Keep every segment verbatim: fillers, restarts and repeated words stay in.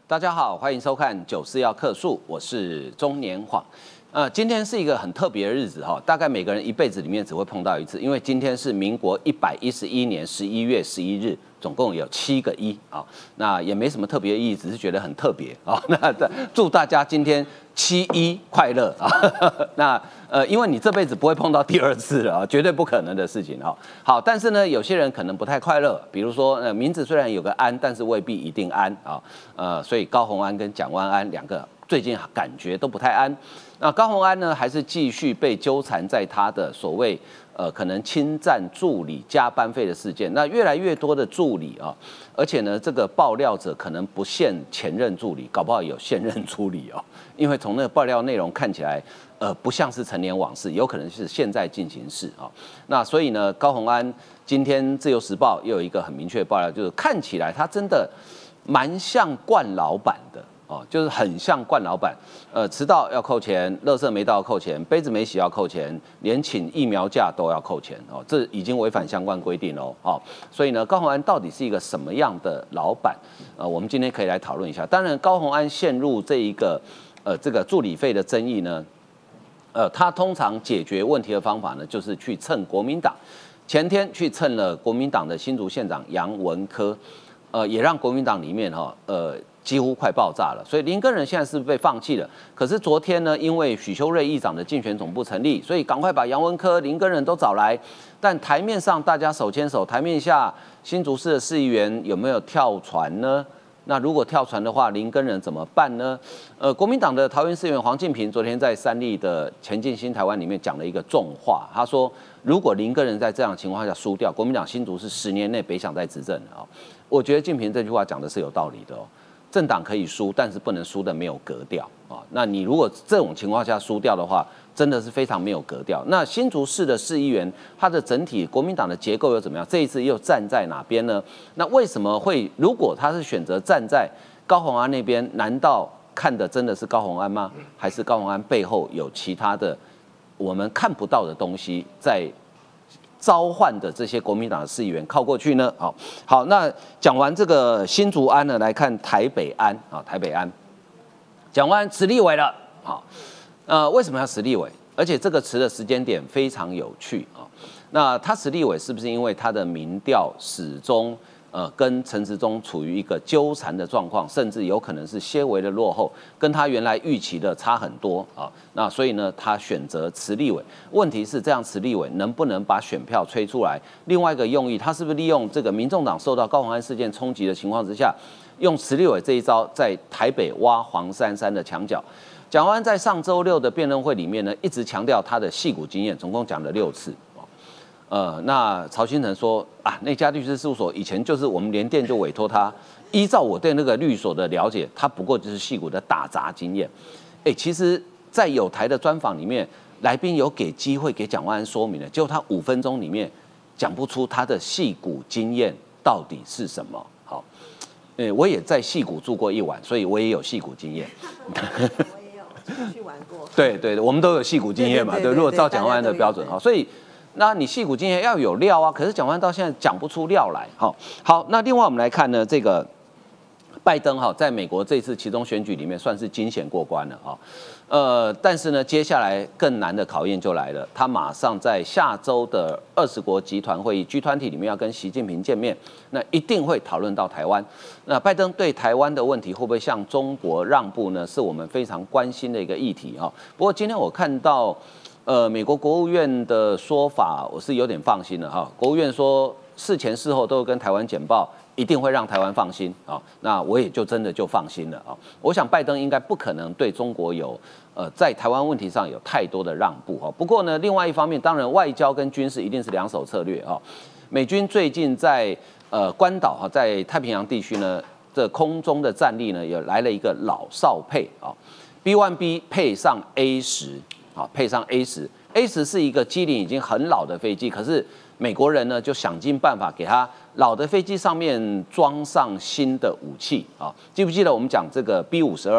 大家好，欢迎收看《九四要客诉》，我是中年晃。呃，今天是一个很特别的日子哈，大概每个人一辈子里面只会碰到一次，因为今天是民国一百一十一年十一月十一日，总共有七个一啊，那也没什么特别意义，只是觉得很特别啊。那祝大家今天七一快乐啊！那呃，因为你这辈子不会碰到第二次了啊，绝对不可能的事情哈。好，但是呢，有些人可能不太快乐，比如说呃，名字虽然有个安，但是未必一定安啊。呃，所以高虹安跟蒋万安两个最近感觉都不太安。那高虹安呢，还是继续被纠缠在他的所谓呃可能侵占助理加班费的事件。那越来越多的助理啊，而且呢，这个爆料者可能不限前任助理，搞不好有现任助理哦。因为从那个爆料内容看起来，呃，不像是陈年往事，有可能是现在进行式啊。那所以呢，高虹安今天《自由时报》又有一个很明确的爆料，就是看起来他真的蛮像冠老板的。哦，就是很像冠老板，呃，迟到要扣钱，垃圾没到要扣钱，杯子没洗要扣钱，连请疫苗假都要扣钱哦，这已经违反相关规定喽。哦，所以呢，高虹安到底是一个什么样的老板？呃，我们今天可以来讨论一下。当然，高虹安陷入这一个呃这个助理费的争议呢，呃，他通常解决问题的方法呢，就是去蹭国民党。前天去蹭了国民党的新竹县长杨文科，呃，也让国民党里面哈呃。几乎快爆炸了，所以林耕仁现在是被放弃了。可是昨天呢，因为许修睿议长的竞选总部成立，所以赶快把杨文科、林耕仁都找来。但台面上大家手牵手，台面下新竹市的市议员有没有跳船呢？那如果跳船的话，林耕仁怎么办呢？呃，国民党的桃园市议员黄敬平昨天在三立的前进新台湾里面讲了一个重话，他说，如果林耕仁在这样的情况下输掉，国民党新竹是十年内北想再执政的哦。我觉得敬平这句话讲的是有道理的哦。政党可以输，但是不能输的没有格调啊。那你如果这种情况下输掉的话，真的是非常没有格调。那新竹市的市议员，他的整体国民党的结构又怎么样？这一次又站在哪边呢？那为什么会？如果他是选择站在高虹安那边，难道看的真的是高虹安吗？还是高虹安背后有其他的我们看不到的东西在？召唤的这些国民党的市议员靠过去呢？好，好，那讲完这个新竹安呢，来看台北安啊，台北安，讲完辞立委了，好，呃，为什么要辞立委？而且这个辞的时间点非常有趣啊。那他辞立委是不是因为他的民调始终呃跟陈时中处于一个纠缠的状况，甚至有可能是些微的落后，跟他原来预期的差很多啊？那所以呢，他选择辞立委。问题是这样辞立委能不能把选票吹出来？另外一个用意，他是不是利用这个民众党受到高虹安事件冲击的情况之下，用辞立委这一招在台北挖黄珊珊的墙角？蒋万安在上周六的辩论会里面呢，一直强调他的矽谷经验，总共讲了六次。呃，那曹新成说啊，那家律师事务所以前就是我们联电就委托他，依照我对那个律所的了解，他不过就是矽谷的打杂经验。哎，其实，在有台的专访里面，来宾有给机会给蒋万安说明的，结果他五分钟里面讲不出他的矽谷经验到底是什么。好，呃，我也在矽谷住过一晚，所以我也有矽谷经验。 我也有去玩过。 对对，我们都有矽谷经验嘛。对，如果照蒋万安的标准哈，所以。那你矽谷经验要有料啊，可是蒋万安到现在讲不出料来。好，好，那另外我们来看呢，这个拜登哈，在美国这次期中选举里面算是惊险过关了啊。呃，但是呢，接下来更难的考验就来了，他马上在下周的二十国集团会议 G 团体里面要跟习近平见面，那一定会讨论到台湾。那拜登对台湾的问题会不会向中国让步呢？是我们非常关心的一个议题哈。不过今天我看到。呃，美国国务院的说法，我是有点放心了哈。国务院说事前事后都跟台湾简报，一定会让台湾放心啊。那我也就真的就放心了啊。我想拜登应该不可能对中国有呃在台湾问题上有太多的让步哈。不过呢，另外一方面，当然外交跟军事一定是两手策略啊。美军最近在呃关岛哈，在太平洋地区呢，这空中的战力呢，也来了一个老少配啊 ，B 一 B 配上 A 十。好，配上 A 十 ，A 十是一个机龄已经很老的飞机，可是美国人呢就想尽办法给它老的飞机上面装上新的武器啊。记不记得我们讲这个 B 五十二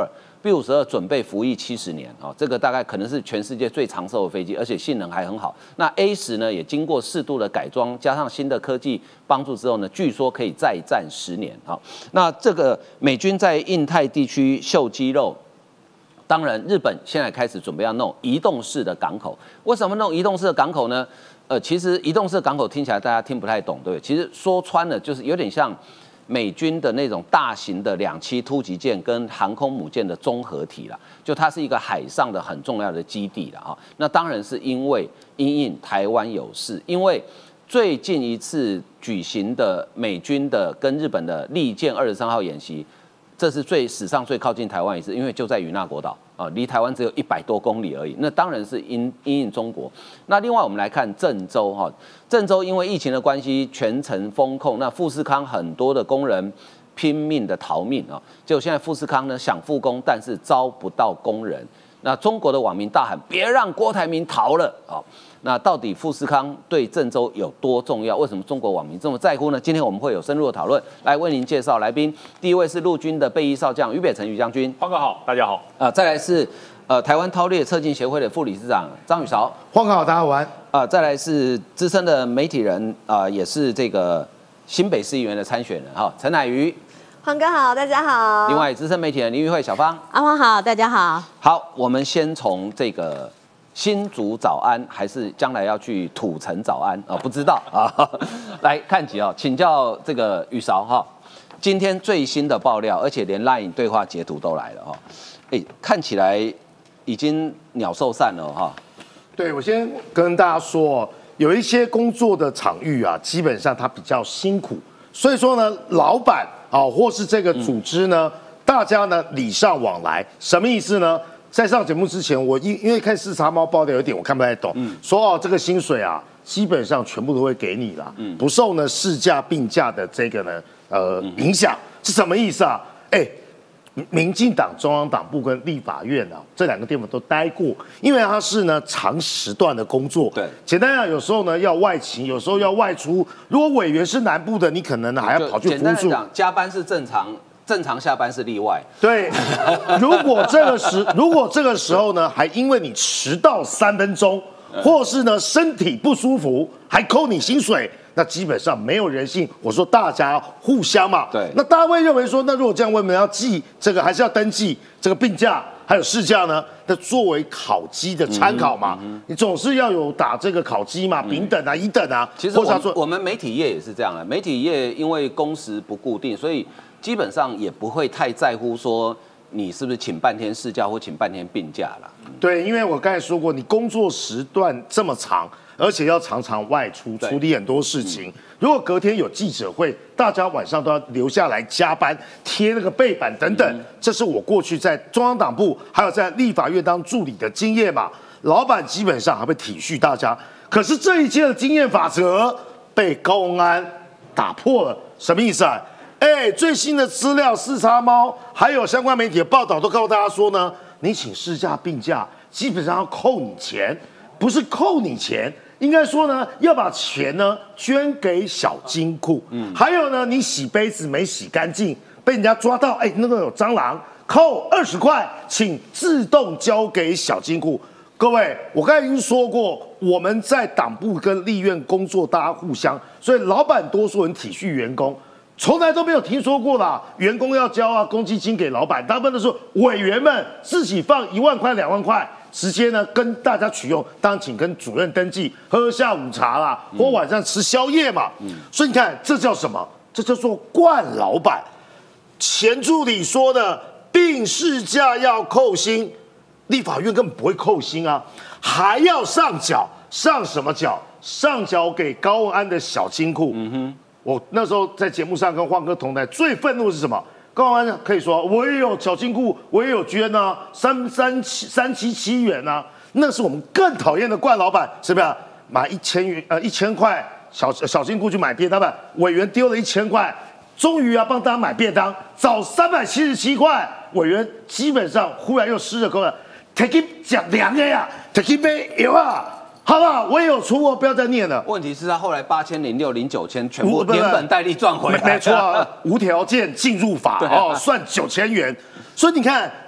B 五十二准备服役七十年啊、哦，这个大概可能是全世界最长寿的飞机，而且性能还很好。那 A 十呢，也经过适度的改装，加上新的科技帮助之后呢，据说可以再战十年啊、哦。那这个美军在印太地区秀肌肉。当然，日本现在开始准备要弄移动式的港口。为什么弄移动式的港口呢？呃，其实移动式的港口听起来大家听不太懂，对不对？其实说穿了，就是有点像美军的那种大型的两栖突击舰跟航空母舰的综合体啦。就它是一个海上的很重要的基地了啊。那当然是因为因应台湾有事，因为最近一次举行的美军的跟日本的利剑二十三号演习。这是最史上最靠近台湾一次，因为就在与那国岛啊，离台湾只有一百多公里而已。那当然是因因应中国。那另外我们来看郑州哈，郑州因为疫情的关系全程封控，那富士康很多的工人拼命的逃命啊，结果现在富士康呢想复工，但是招不到工人。那中国的网民大喊别让郭台铭逃了啊！那到底富士康对郑州有多重要？为什么中国网民这么在乎呢？今天我们会有深入的讨论，来为您介绍来宾。第一位是陆军的备役少将于北辰于将军， 黄哥好，大家好。 啊、呃，再来是呃台湾韬略测进协会的副理事长张宇韶， 黄哥好，大家晚安。 啊、呃，再来是资深的媒体人啊、呃，也是这个新北市议员的参选人哈，陈乃瑜。 黄哥好，大家好。 另外资深媒体人林育慧小芳， 阿黄好，大家好。 好，我们先从这个新竹早安，还是将来要去土城早安啊、哦？不知道啊。来看起啊，请教这个宇韶哈，今天最新的爆料，而且连 LINE 对话截图都来了哈。哎，看起来已经鸟兽散了哈。 对，我先跟大家说，有一些工作的场域啊，基本上它比较辛苦，所以说呢，老板。好，或是这个组织呢，嗯、大家呢礼尚往来，什么意思呢？在上节目之前，我因因为看视察猫报的有一点我看不太懂，嗯、说哦这个薪水啊，基本上全部都会给你啦，嗯、不受呢市价病价的这个呢呃影响，是什么意思啊？哎。民进党中央党部跟立法院啊，这两个地方都待过，因为它是呢长时段的工作。 对， 简单讲，有时候呢要外勤，有时候要外出。如果委员是南部的，你可能呢还要跑去辅助。简单讲，加班是正常，正常下班是例外。 对，如果这个时，如果这个时候呢，还因为你迟到三分钟，或是呢身体不舒服，还扣你薪水。那基本上没有人性。我说大家互相嘛， 对。 那大家会认为说，那如果这样，为什么要记这个，还是要登记这个病假还有事假呢？那作为考绩的参考嘛，嗯嗯、你总是要有打这个考绩嘛，丙等啊、乙等啊。 其实我们我们媒体业也是这样的，媒体业因为工时不固定，所以基本上也不会太在乎说你是不是请半天事假或请半天病假啦。 对，因为我刚才说过，你工作时段这么长。而且要常常外出处理很多事情。如果隔天有记者会，大家晚上都要留下来加班贴那个背板等等，这是我过去在中央党部还有在立法院当助理的经验嘛。老板基本上还会体恤大家，可是这一届的经验法则被高虹安打破了，什么意思啊？哎，最新的资料，视察猫还有相关媒体的报道都告诉大家说呢，你请事假病假，基本上要扣你钱，不是扣你钱。应该说呢，要把钱呢捐给小金库。嗯，还有呢，你洗杯子没洗干净，被人家抓到，哎，那个有蟑螂，扣二十块，请自动交给小金库。各位，我刚才已经说过，我们在党部跟立院工作，大家互相，所以老板多数人体恤员工，从来都没有听说过啦。员工要交啊公积金给老板，大部分都是委员们自己放一万块、两万块。直接呢跟大家取用，当然请跟主任登记，喝下午茶啦，或晚上吃宵夜嘛。嗯、所以你看，这叫什么？这叫做惯老板。前助理说的病事假要扣薪，立法院根本不会扣薪啊，还要上缴，上什么缴？上缴给高虹安的小金库。嗯哼，我那时候在节目上跟晃哥同台，最愤怒的是什么？高虹安可以说，我也有小金库，我也有捐啊，三三七三七七元啊，那是我们更讨厌的惯老板，是不是？买一千元呃一千块小小金库去买便当吧，委员丢了一千块，终于要帮大家买便当，找三百七十七块，委员基本上忽然又失了口了，提去讲凉的呀，提去买药啊。好不好？我也有出过，不要再念了。 问题是他后来八千零六零九千全部连本带利赚回来， 没错、啊，无条件进入法、啊、哦，算九千元。所以你看，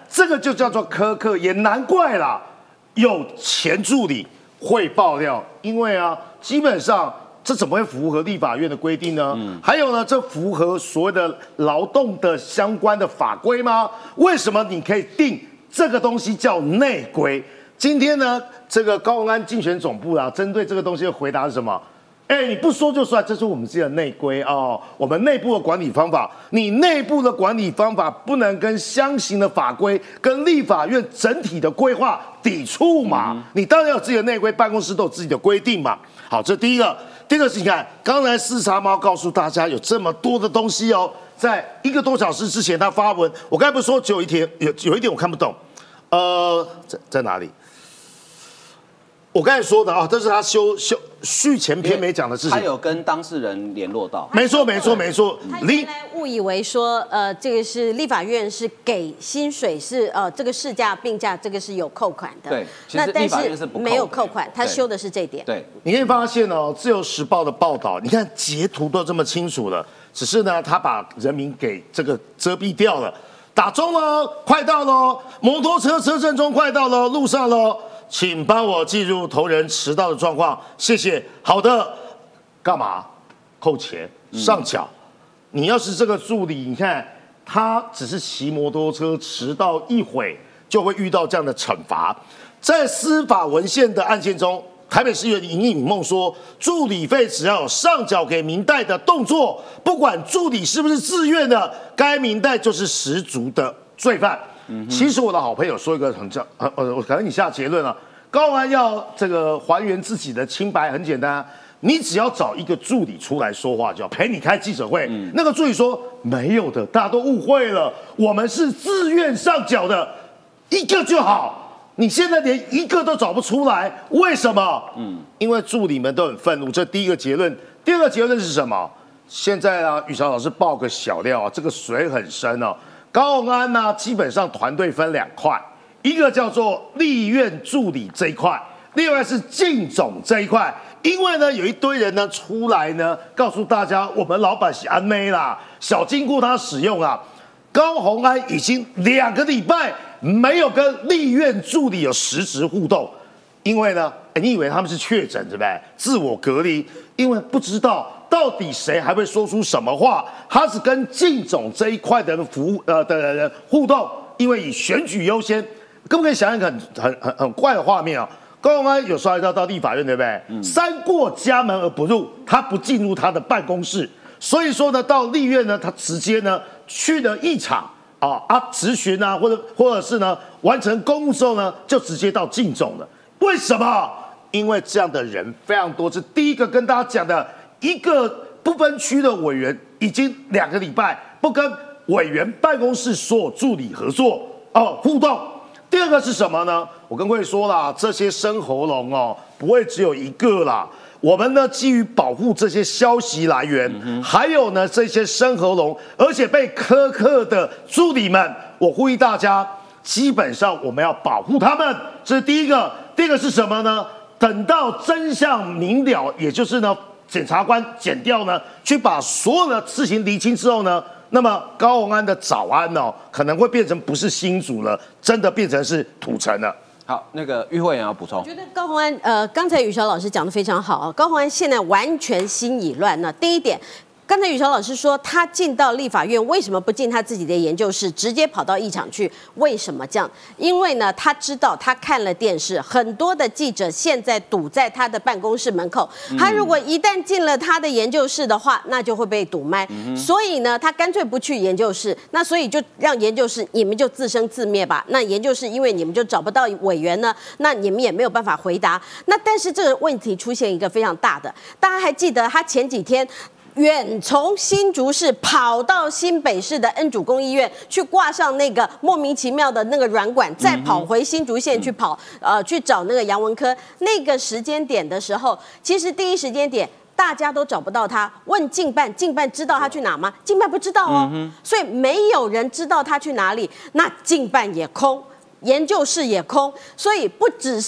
这个就叫做苛刻，也难怪啦，有前助理会爆料，因为啊，基本上这怎么会符合立法院的规定呢？嗯、还有呢，这符合所谓的劳动的相关的法规吗？为什么你可以定这个东西叫内规？今天呢，这个高虹安竞选总部啊，针对这个东西的回答是什么？哎，你不说就算，这是我们自己的内规哦，我们内部的管理方法，你内部的管理方法不能跟相行的法规、跟立法院整体的规划抵触嘛？嗯、你当然有自己的内规，办公室都有自己的规定嘛。好，这第一个。第二个是，你看，刚才四叉猫告诉大家有这么多的东西哦，在一个多小时之前他发文，我刚才不是说只有一天，有有一点我看不懂，呃，在在哪里？我刚才说的啊，这是他修修续前篇没讲的事情。 他有跟当事人联络到。 没错，没错，没错。 他原来误以为说，呃，这个是立法院是给薪水是呃这个市价病价，这个是有扣款的。 对，那但是没有扣款，他修的是这一点。 对， 你可以发现哦，《自由时报》的报道，你看截图都这么清楚了，只是呢，他把人民给这个遮蔽掉了。打钟了，快到了，摩托车车阵中快到了，路上了。请帮我记录同仁迟到的状况，谢谢。好的，干嘛？扣钱上缴。嗯、你要是这个助理，你看他只是骑摩托车迟到一会，就会遇到这样的惩罚。在司法文献的案件中，台北市议员尹颖梦说，助理费只要有上缴给民代的动作，不管助理是不是自愿的，该民代就是十足的罪犯。其实我的好朋友说一个很叫呃呃，我可能以下结论了。高虹安要这个还原自己的清白，很简单、啊，你只要找一个助理出来说话，就要陪你开记者会。嗯、那个助理说没有的，大家都误会了，我们是自愿上缴的，一个就好。你现在连一个都找不出来，为什么？嗯，因为助理们都很愤怒，这第一个结论。第二个结论是什么？现在啊，宇潮老师爆个小料啊，这个水很深哦。高虹安呢、啊，基本上团队分两块，一个叫做立院助理这一块，另外是竞总这一块。因为呢，有一堆人呢出来呢，告诉大家我们老板是安妹啦，小金库他使用啊。高虹安已经两个礼拜没有跟立院助理有实质互动，因为呢，你以为他们是确诊对不对？自我隔离，因为不知道。到底谁还会说出什么话？他是跟竞总这一块的服务呃的人互动，因为以选举优先，可不可以想一个很很很很怪的画面啊？高虹安有时候要到立法院，对不对？嗯、三过家门而不入，他不进入他的办公室，所以说呢，到立院呢，他直接呢去了议场啊啊质询啊，或者或者是呢完成公务之后呢，就直接到竞总了。为什么？因为这样的人非常多。这第一个跟大家讲的。一个不分区的委员已经两个礼拜不跟委员办公室所有助理合作哦互动。第二个是什么呢？我跟各位说啦，这些生喉咙哦不会只有一个啦。我们呢基于保护这些消息来源，嗯、还有呢这些生喉咙而且被苛刻的助理们，我呼吁大家，基本上我们要保护他们。这是第一个。第二个是什么呢？等到真相明了，也就是呢。检察官检调呢，去把所有的事情厘清之后呢，那么高虹安的早安哦，可能会变成不是新竹了，真的变成是土城了。 好，那个玉慧也要补充。 我觉得高虹安，呃，刚才宇潮老师讲的非常好啊，高虹安现在完全心已乱。那第一点。刚才宇潮老师说，他进到立法院为什么不进他自己的研究室，直接跑到议场去？为什么这样？因为呢，他知道他看了电视，很多的记者现在堵在他的办公室门口。他如果一旦进了他的研究室的话，那就会被堵麦。嗯、所以呢，他干脆不去研究室。那所以就让研究室你们就自生自灭吧。那研究室因为你们就找不到委员呢，那你们也没有办法回答。那但是这个问题出现一个非常大的，大家还记得他前几天。远从新竹市跑到新北市的恩主公医院去挂上那个莫名其妙的那个软管，再跑回新竹县去跑，呃，去找那个杨文科。那个时间点的时候，其实第一时间点大家都找不到他。问竞办，竞办知道他去哪吗？竞办不知道哦，所以没有人知道他去哪里。那竞办也空，研究室也空，所以不只是。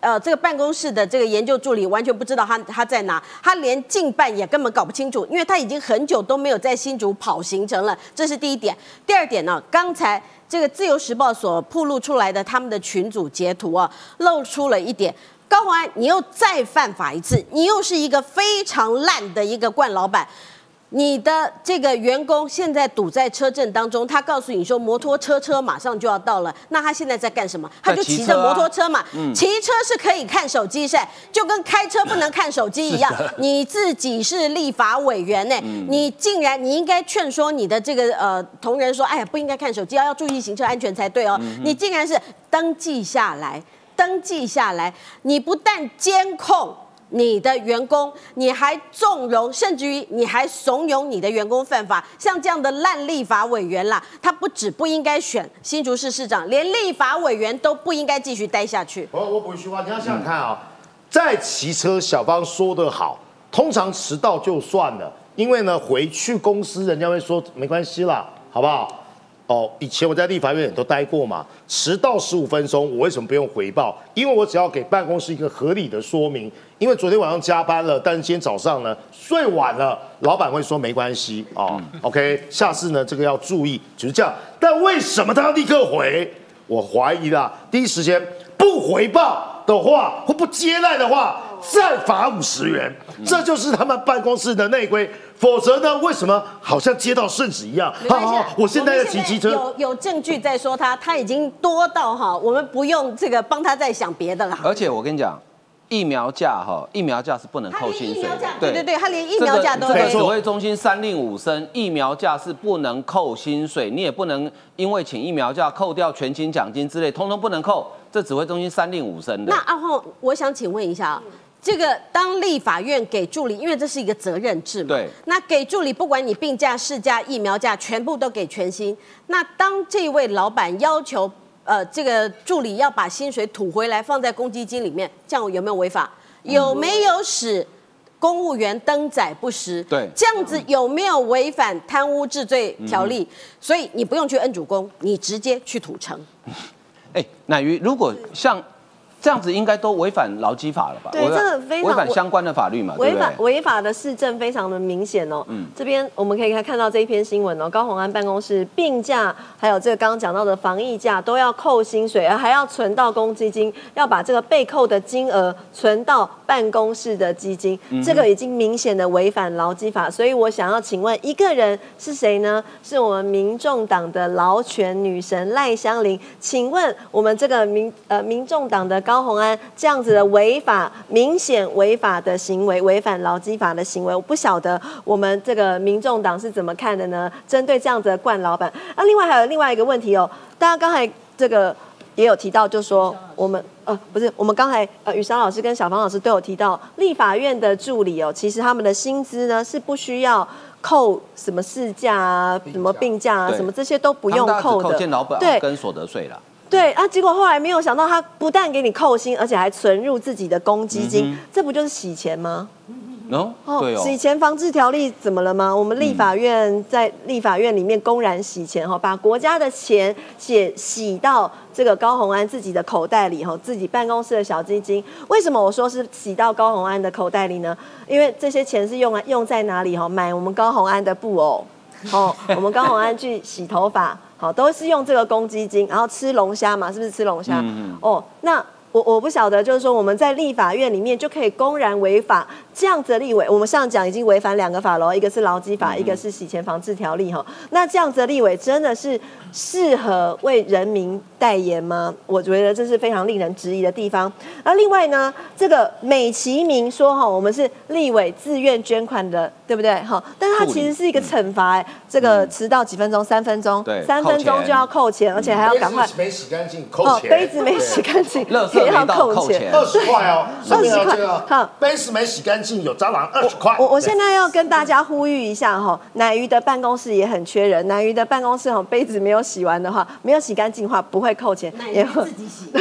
呃这个办公室的这个研究助理完全不知道他他在哪，他连近办也根本搞不清楚，因为他已经很久都没有在新竹跑行程了，这是第一点。第二点呢，刚才这个自由时报所曝露出来的他们的群组截图啊，露出了一点。高虹安，你又再犯法一次，你又是一个非常烂的一个惯老板。你的这个员工现在堵在车阵当中，他告诉你说摩托车车马上就要到了，那他现在在干什么？他就骑着摩托车嘛，骑车是可以看手机噻，就跟开车不能看手机一样。你自己是立法委员呢，你竟然你应该劝说你的这个呃同仁说，哎呀不应该看手机，要注意行车安全才对哦。你竟然是登记下来。登记下来，你不但监控你的员工，你还纵容，甚至于你还怂恿你的员工犯法。像这样的烂立法委员啦，他不止不应该选新竹市市长，连立法委员都不应该继续待下去。 我我补一句话，你要想想看啊，在骑车，小芳说得好，通常迟到就算了，因为呢回去公司人家会说没关系啦，好不好？哦，以前我在立法院也都待过嘛，迟到十五分钟，我为什么不用回报？因为我只要给办公室一个合理的说明。因为昨天晚上加班了，但是今天早上呢睡晚了，老板会说没关系哦、嗯、，OK， 下次呢这个要注意，就是这样。但为什么他要立刻回？我怀疑啦，第一时间不回报的话，或不接赖的话，再罚五十元，这就是他们办公室的内规。否则呢？为什么好像接到圣旨一样？好好，我现在要骑机车。 有有证据在说他，他已经多到哈，我们不用这个帮他再想别的了。 而且我跟你讲，疫苗价哈，疫苗价是不能扣薪水的。 对对对，他连疫苗价都这个指挥中心三令五申，疫苗价是不能扣薪水，你也不能因为请疫苗假扣掉全勤奖金之类，通通不能扣。这指挥中心三令五申的。 那阿晃，我想请问一下啊。这个当立法院给助理，因为这是一个责任制嘛， 对， 那给助理不管你病假、事假、疫苗假，全部都给全薪。那当这位老板要求呃这个助理要把薪水吐回来放在公积金里面，这样有没有违法？有没有使公务员登载不实？ 对， 这样子有没有违反贪污治罪条例？嗯、所以你不用去恩主公，你直接去土城。 哎，乃瑜，如果像。这样子应该都违反劳基法了吧？ 对，这个非常违反相关的法律嘛， 违反违法的事证非常的明显哦。嗯，这边我们可以看到这一篇新闻哦，高虹安办公室病假还有这个刚刚讲到的防疫假都要扣薪水，还要存到公积金，要把这个被扣的金额存到办公室的基金，嗯、这个已经明显的违反劳基法。所以我想要请问一个人是谁呢？是我们民众党的劳权女神赖香伶。请问我们这个民呃民众党的高高虹安这样子的违法、明显违法的行为，违反劳基法的行为，我不晓得我们这个民众党是怎么看的呢？针对这样子的惯老板，那、啊、另外还有另外一个问题哦，大家刚才这个也有提到，就说我们呃不是，我们刚才呃雨珊老师跟小芳老师都有提到，立法院的助理哦，其实他们的薪资呢是不需要扣什么事假啊、什么病假啊、什么这些都不用扣的， 扣健劳保跟所得税啦。 对啊，结果后来没有想到，他不但给你扣薪，而且还存入自己的公积金，嗯、这不就是洗钱吗？ 哦，对哦， 洗钱防治条例怎么了吗？我们立法院在立法院里面公然洗钱哈，把国家的钱洗洗到这个高虹安自己的口袋里哈，自己办公室的小基金。为什么我说是洗到高虹安的口袋里呢？因为这些钱是用来用在哪里哈？买我们高虹安的布偶，哦，我们高虹安去洗头发。好，都是用这个公积金，然后吃龙虾嘛，是不是吃龙虾？嗯嗯哦，那我我不晓得，就是说我们在立法院里面就可以公然违法，这样子的立委，我们上讲已经违反两个法了，一个是劳基法，嗯、一个是洗钱防治条例哈。那这样子的立委真的是适合为人民代言吗？我觉得这是非常令人质疑的地方。那另外呢，这个美其名说哈，我们是立委自愿捐款的，对不对？哈，但是它其实是一个惩罚、欸，这个迟到几分钟，三分钟， 对， 三分钟就要扣钱，而且还要赶快。 杯子没洗干净，扣钱。 杯子没洗干净， 也要扣钱， 二十块哦， 二十块。 好，杯子没洗干净有蟑螂，二十块。 我我现在要跟大家呼吁一下哈，乃瑜的办公室也很缺人，乃瑜的办公室哈，杯子没有洗完的话，没有洗干净的话，不会扣钱， 也会自己洗。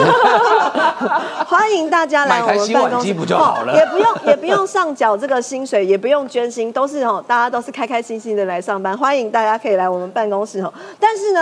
欢迎大家来我们办公室， 不就好了？ 也不用也不用上缴这个薪水，也不用捐薪，都是哦，大家都是开开心心的来上班。欢迎大家可以来我们办公室哦。但是呢，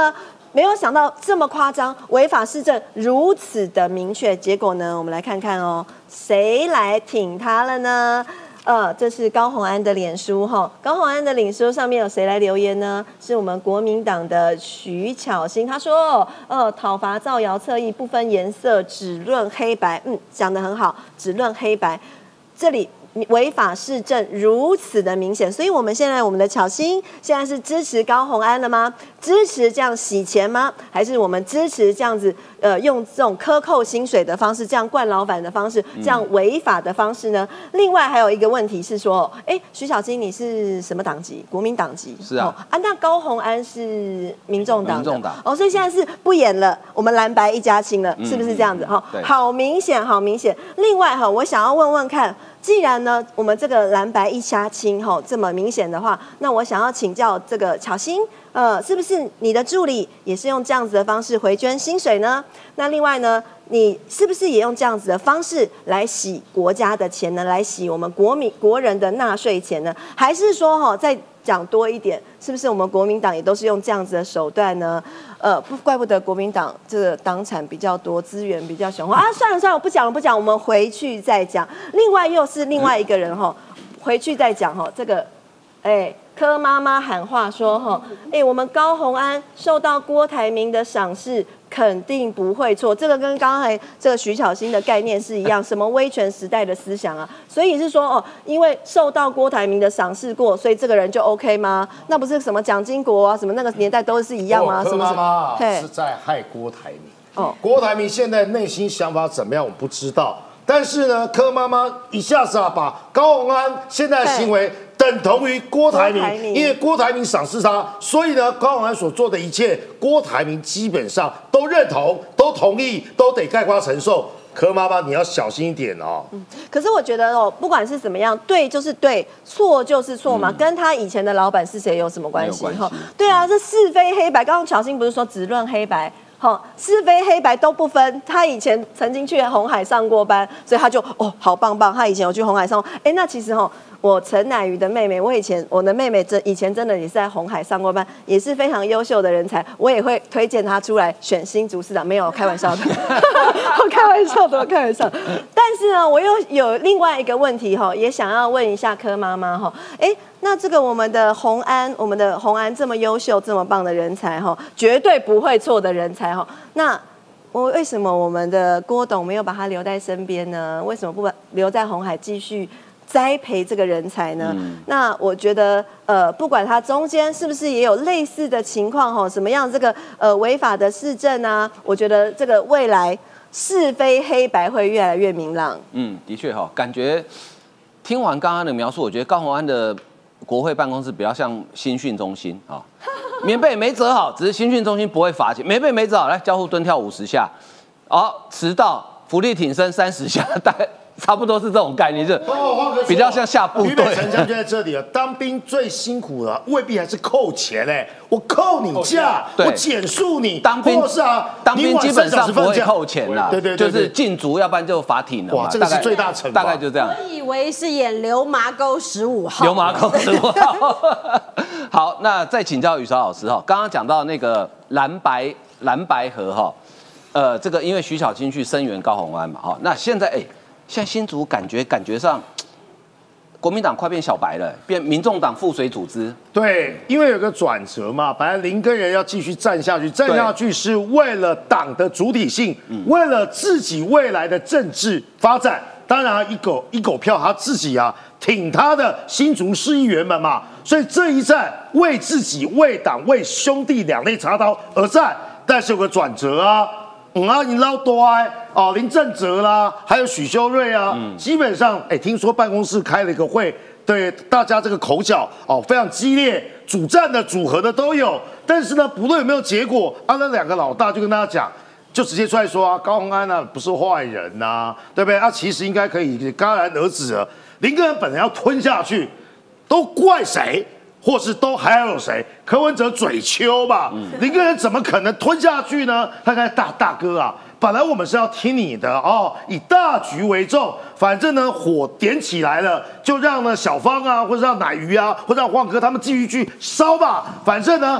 没有想到这么夸张，违法事证如此的明确。结果呢，我们来看看哦，谁来挺他了呢？呃，这是高虹安的脸书哈，高虹安的脸书上面有谁来留言呢？是我们国民党的徐巧芯，他说，呃，讨伐造谣侧翼不分颜色，只论黑白，嗯，讲得很好，只论黑白，这里。违法事证如此的明显，所以我们现在我们的巧芯现在是支持高虹安了吗？支持这样洗钱吗？还是我们支持这样子呃用这种克扣薪水的方式，这样惯老板的方式，这样违法的方式呢？嗯、另外还有一个问题是说，哎，徐巧芯你是什么党籍？国民党籍是啊、 哦、啊，那高虹安是民众党的， 民众党哦，所以现在是不演了，我们蓝白一家亲了，嗯、是不是这样子？哈、哦，好明显，好明显。另外哈，我想要问问看。既然呢，我们这个蓝白一家亲吼这么明显的话，那我想要请教这个巧芯，呃，是不是你的助理也是用这样子的方式回捐薪水呢？那另外呢，你是不是也用这样子的方式来洗国家的钱呢？来洗我们国民国人的纳税钱呢？还是说哈，再讲多一点，是不是我们国民党也都是用这样子的手段呢？呃，不怪不得国民党这个党产比较多，资源比较雄厚啊。算了算了，我不讲了，不讲，我们回去再讲。另外又是另外一个人哈，回去再讲哈。这个，哎，柯妈妈喊话说哈，哎，我们高虹安受到郭台铭的赏识。肯定不会错，这个跟刚才这个徐巧芯的概念是一样，什么威权时代的思想啊？所以是说哦，因为受到郭台铭的赏识过，所以这个人就 OK 吗？那不是什么蒋经国啊，什么那个年代都是一样吗？ 柯妈妈什么是在害郭台铭。哦，郭台铭现在内心想法怎么样，我不知道。但是呢，柯妈妈一下子啊，把高虹安现在的行为等同于郭台铭，因为郭台铭赏识他，所以呢，高虹安所做的一切，郭台铭基本上都认同、都同意、都得概括承受。柯妈妈，你要小心一点哦。 嗯，可是我觉得哦，不管是怎么样，对就是对，错就是错嘛，嗯、跟他以前的老板是谁有什么关系？哈，对啊，这是非黑白。刚刚巧芯不是说只论黑白？好、哦，是非黑白都不分。他以前曾经去红海上过班，所以他就哦，好棒棒。他以前有去红海上，哎，那其实哈、哦，我陈乃瑜的妹妹，我以前我的妹妹真以前真的也是在红海上过班，也是非常优秀的人才，我也会推荐她出来选新竹市长。没有开玩笑的，我开玩笑的，我开玩笑。但是呢，我又有另外一个问题哈，也想要问一下柯妈妈哈，哎。那这个我们的虹安，我们的虹安这么优秀、这么棒的人才哈，绝对不会错的人才哈。那我为什么我们的郭董没有把他留在身边呢？为什么不留在鸿海继续栽培这个人才呢？嗯、那我觉得呃，不管他中间是不是也有类似的情况哈，什么样这个呃违法的事证啊，我觉得这个未来是非黑白会越来越明朗。 嗯，的确哈，感觉听完刚刚的描述，我觉得高虹安的国会办公室比较像新训中心啊，棉被没折好，只是新训中心不会罚钱，棉被没折好，来交互蹲跳五十下，哦，迟到伏地挺身三十下，大概差不多是这种概念，就比较像下部队。 俞北辰将军在这里了，当兵最辛苦的未必还是扣钱嘞，我扣你假，我减数你， 当兵是啊， 当兵基本上不会扣钱啦， 对对， 就是禁足，要不然就罚挺了嘛。 哇，这个是最大惩罚， 大概就这样。 我以为是演流麻沟十五号， 流麻沟十五号。好，那再请教宇韶老师哈，刚刚讲到那个蓝白蓝白合哈，呃，这个因为徐巧芯去声援高虹安嘛哈，那现在哎。现在新竹感觉感觉上，国民党快变小白了，变民众党附随组织。 对，因为有个转折嘛，本来林耕仁要继续站下去，站下去是为了党的主体性，嗯、为了自己未来的政治发展。当然，一狗一狗票他自己啊，挺他的新竹市议员们嘛，所以这一战为自己、为党、为兄弟两肋插刀而战。但是有个转折啊。嗯啊，你捞多哎哦，林正哲啦，还有许修睿啊，嗯、基本上哎，听说办公室开了一个会，对大家这个口角哦非常激烈，主战的、组合的都有。但是呢，不论有没有结果，啊，那两个老大就跟大家讲，就直接出来说啊，高虹安啊不是坏人呐、啊，对不对？啊，其实应该可以戛然而止了。林耕仁本来要吞下去，都怪谁？或是都还有谁？柯文哲嘴丘吧，嗯、林耕仁怎么可能吞下去呢？他看大大哥啊，本来我们是要听你的哦，以大局为重。反正呢，火点起来了，就让呢小芳啊，或者让乃瑜啊，或者让黄哥他们继续去烧吧。反正呢，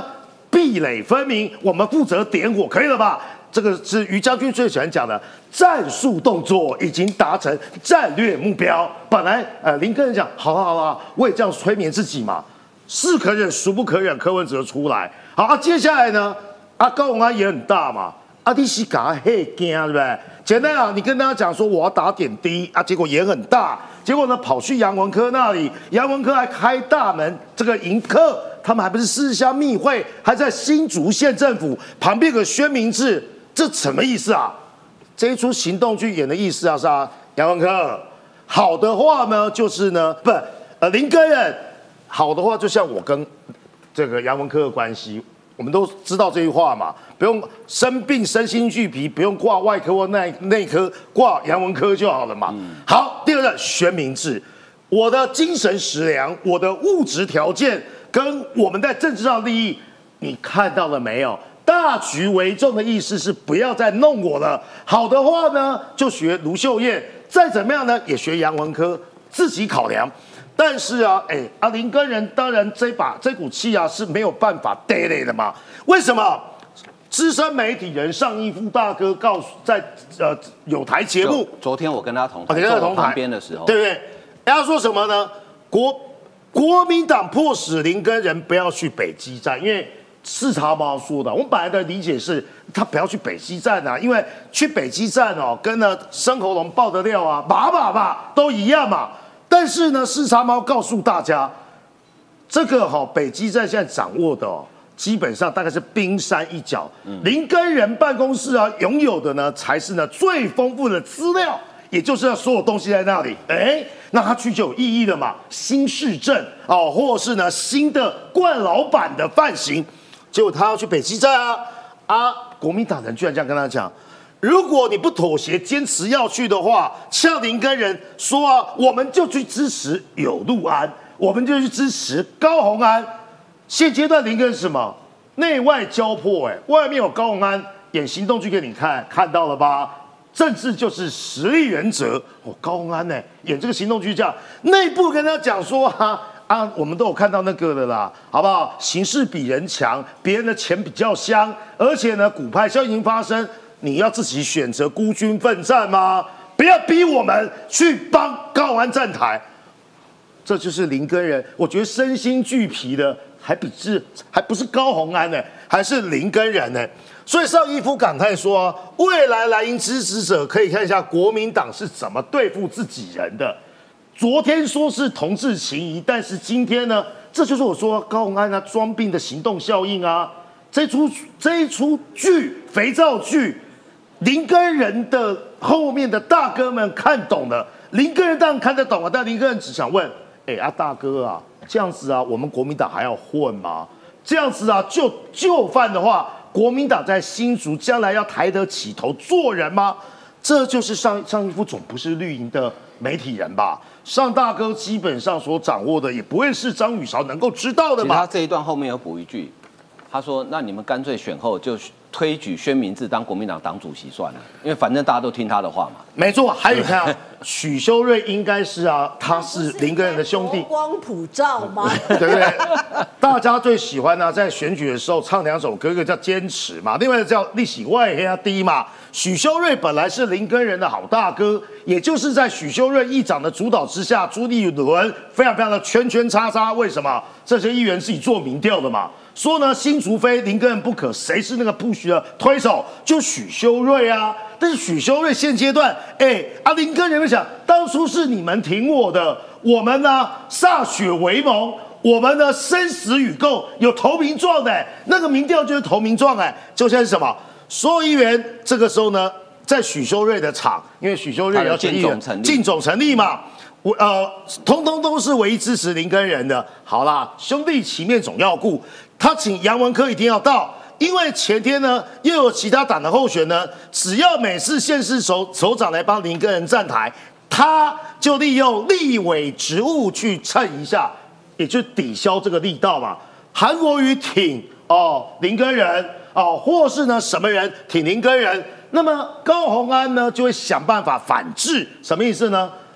壁垒分明，我们负责点火，可以了吧？这个是于将军最喜欢讲的，战术动作已经达成战略目标。本来呃林根人讲，好了好了，我也这样催眠自己嘛，是可忍孰不可忍，柯文哲出来。好啊，接下来呢，啊高虹安也很大嘛，啊你是搞黑惊对不对？简单啊，你跟大家讲说我要打点滴啊，结果也很大，结果呢跑去杨文科那里，杨文科还开大门这个迎客，他们还不是私下密会，还在新竹县政府旁边有个宣明志。这什么意思啊？这一出行动剧演的意思啊是啊，杨文科好的话呢，就是呢，不，呃，林根人好的话，就像我跟这个杨文科的关系，我们都知道这句话嘛，不用生病身心俱疲，不用挂外科或内内科，挂杨文科就好了嘛。嗯、好，第二个宣明志，我的精神食粮，我的物质条件跟我们在政治上的利益，你看到了没有？大局为重的意思是不要再弄我了。好的话呢，就学卢秀燕；再怎么样呢，也学杨文科，自己考量。但是啊，哎，阿林根人当然这把这股气啊是没有办法逮累的嘛。为什么？资深媒体人尚义夫大哥告诉在呃有台节目， 昨天我跟他同台， 坐我旁边的时候， 对不对？他说什么呢？国国民党迫使林根人不要去北基站，因为。视察猫说的，我们本来的理解是，他不要去北基站啊，因为去北基站哦，跟呢生喉咙爆的料啊，把把把都一样嘛。但是呢，视察猫告诉大家，这个哈、哦、北基站现在掌握的哦，基本上大概是冰山一角。嗯、林根人办公室啊，拥有的呢才是呢最丰富的资料，也就是呢所有东西在那里。哎，那他去就有意义了嘛。新市镇哦，或是呢新的冠老板的范型。结果他要去北基站啊啊！国民党人居然这样跟他讲：如果你不妥协、坚持要去的话，像林根人说啊，我们就去支持有路安，我们就去支持高虹安。现阶段林根是什么？内外交迫，哎，外面有高虹安演行动剧给你看，看到了吧？政治就是实力原则。哦，高虹安呢演这个行动剧这样，内部跟他讲说啊。啊，我们都有看到那个的啦，好不好？形势比人强，别人的钱比较香，而且呢，骨牌效应发生，你要自己选择孤军奋战吗？不要逼我们去帮高虹安站台，这就是林根人。我觉得身心俱疲的，还比是还不是高虹安呢，还是林根人呢。所以邵逸夫感叹说、啊，未来蓝营支持者可以看一下国民党是怎么对付自己人的。昨天说是同志情谊，但是今天呢，这就是我说高虹安他装病的行动效应啊！这出这一出剧肥皂剧，林根人的后面的大哥们看懂了，林根人当然看得懂啊，但林根人只想问：哎啊大哥啊，这样子啊，我们国民党还要混吗？这样子啊，就就范的话，国民党在新竹将来要抬得起头做人吗？这就是上上一夫总不是绿营的媒体人吧？尚大哥基本上所掌握的也不会是张宇韶能够知道的吧？ 他这一段后面有补一句，他说：“那你们干脆选后就推举宣明智当国民党党主席算了，因为反正大家都听他的话嘛。” 没错，还有你看啊，许修睿应该是啊，他是林根人的兄弟， 光普照吗？ 对不对？大家最喜欢呢、啊，在选举的时候唱两首歌，一个叫《坚持》嘛，另外一个叫《利息外黑低》嘛。许修睿本来是林根人的好大哥，也就是在许修睿议长的主导之下，朱立伦非常非常的圈圈叉叉。为什么？这些议员自己做民调的嘛，说呢新竹非林根人不可，谁是那个push的推手？就许修睿啊。但是许修睿现阶段，哎，啊林根人们想，当初是你们挺我的，我们呢歃血为盟。我们呢生死与共，有投名状的，那个民调就是投名状，哎，就现在是什么？所有议员这个时候呢，在许修睿的场，因为许修睿要选议员，竞总成立嘛，我呃，通通都是唯一支持林根人的。好啦，兄弟情面总要顾，他请杨文科一定要到，因为前天呢又有其他党的候选呢，只要每次县市首首长来帮林根人站台，他就利用立委职务去蹭一下。也就抵消这个力道嘛。韩国瑜挺哦林根人哦，或是呢什么人挺林根人，那么高虹安呢就会想办法反制，什么意思呢？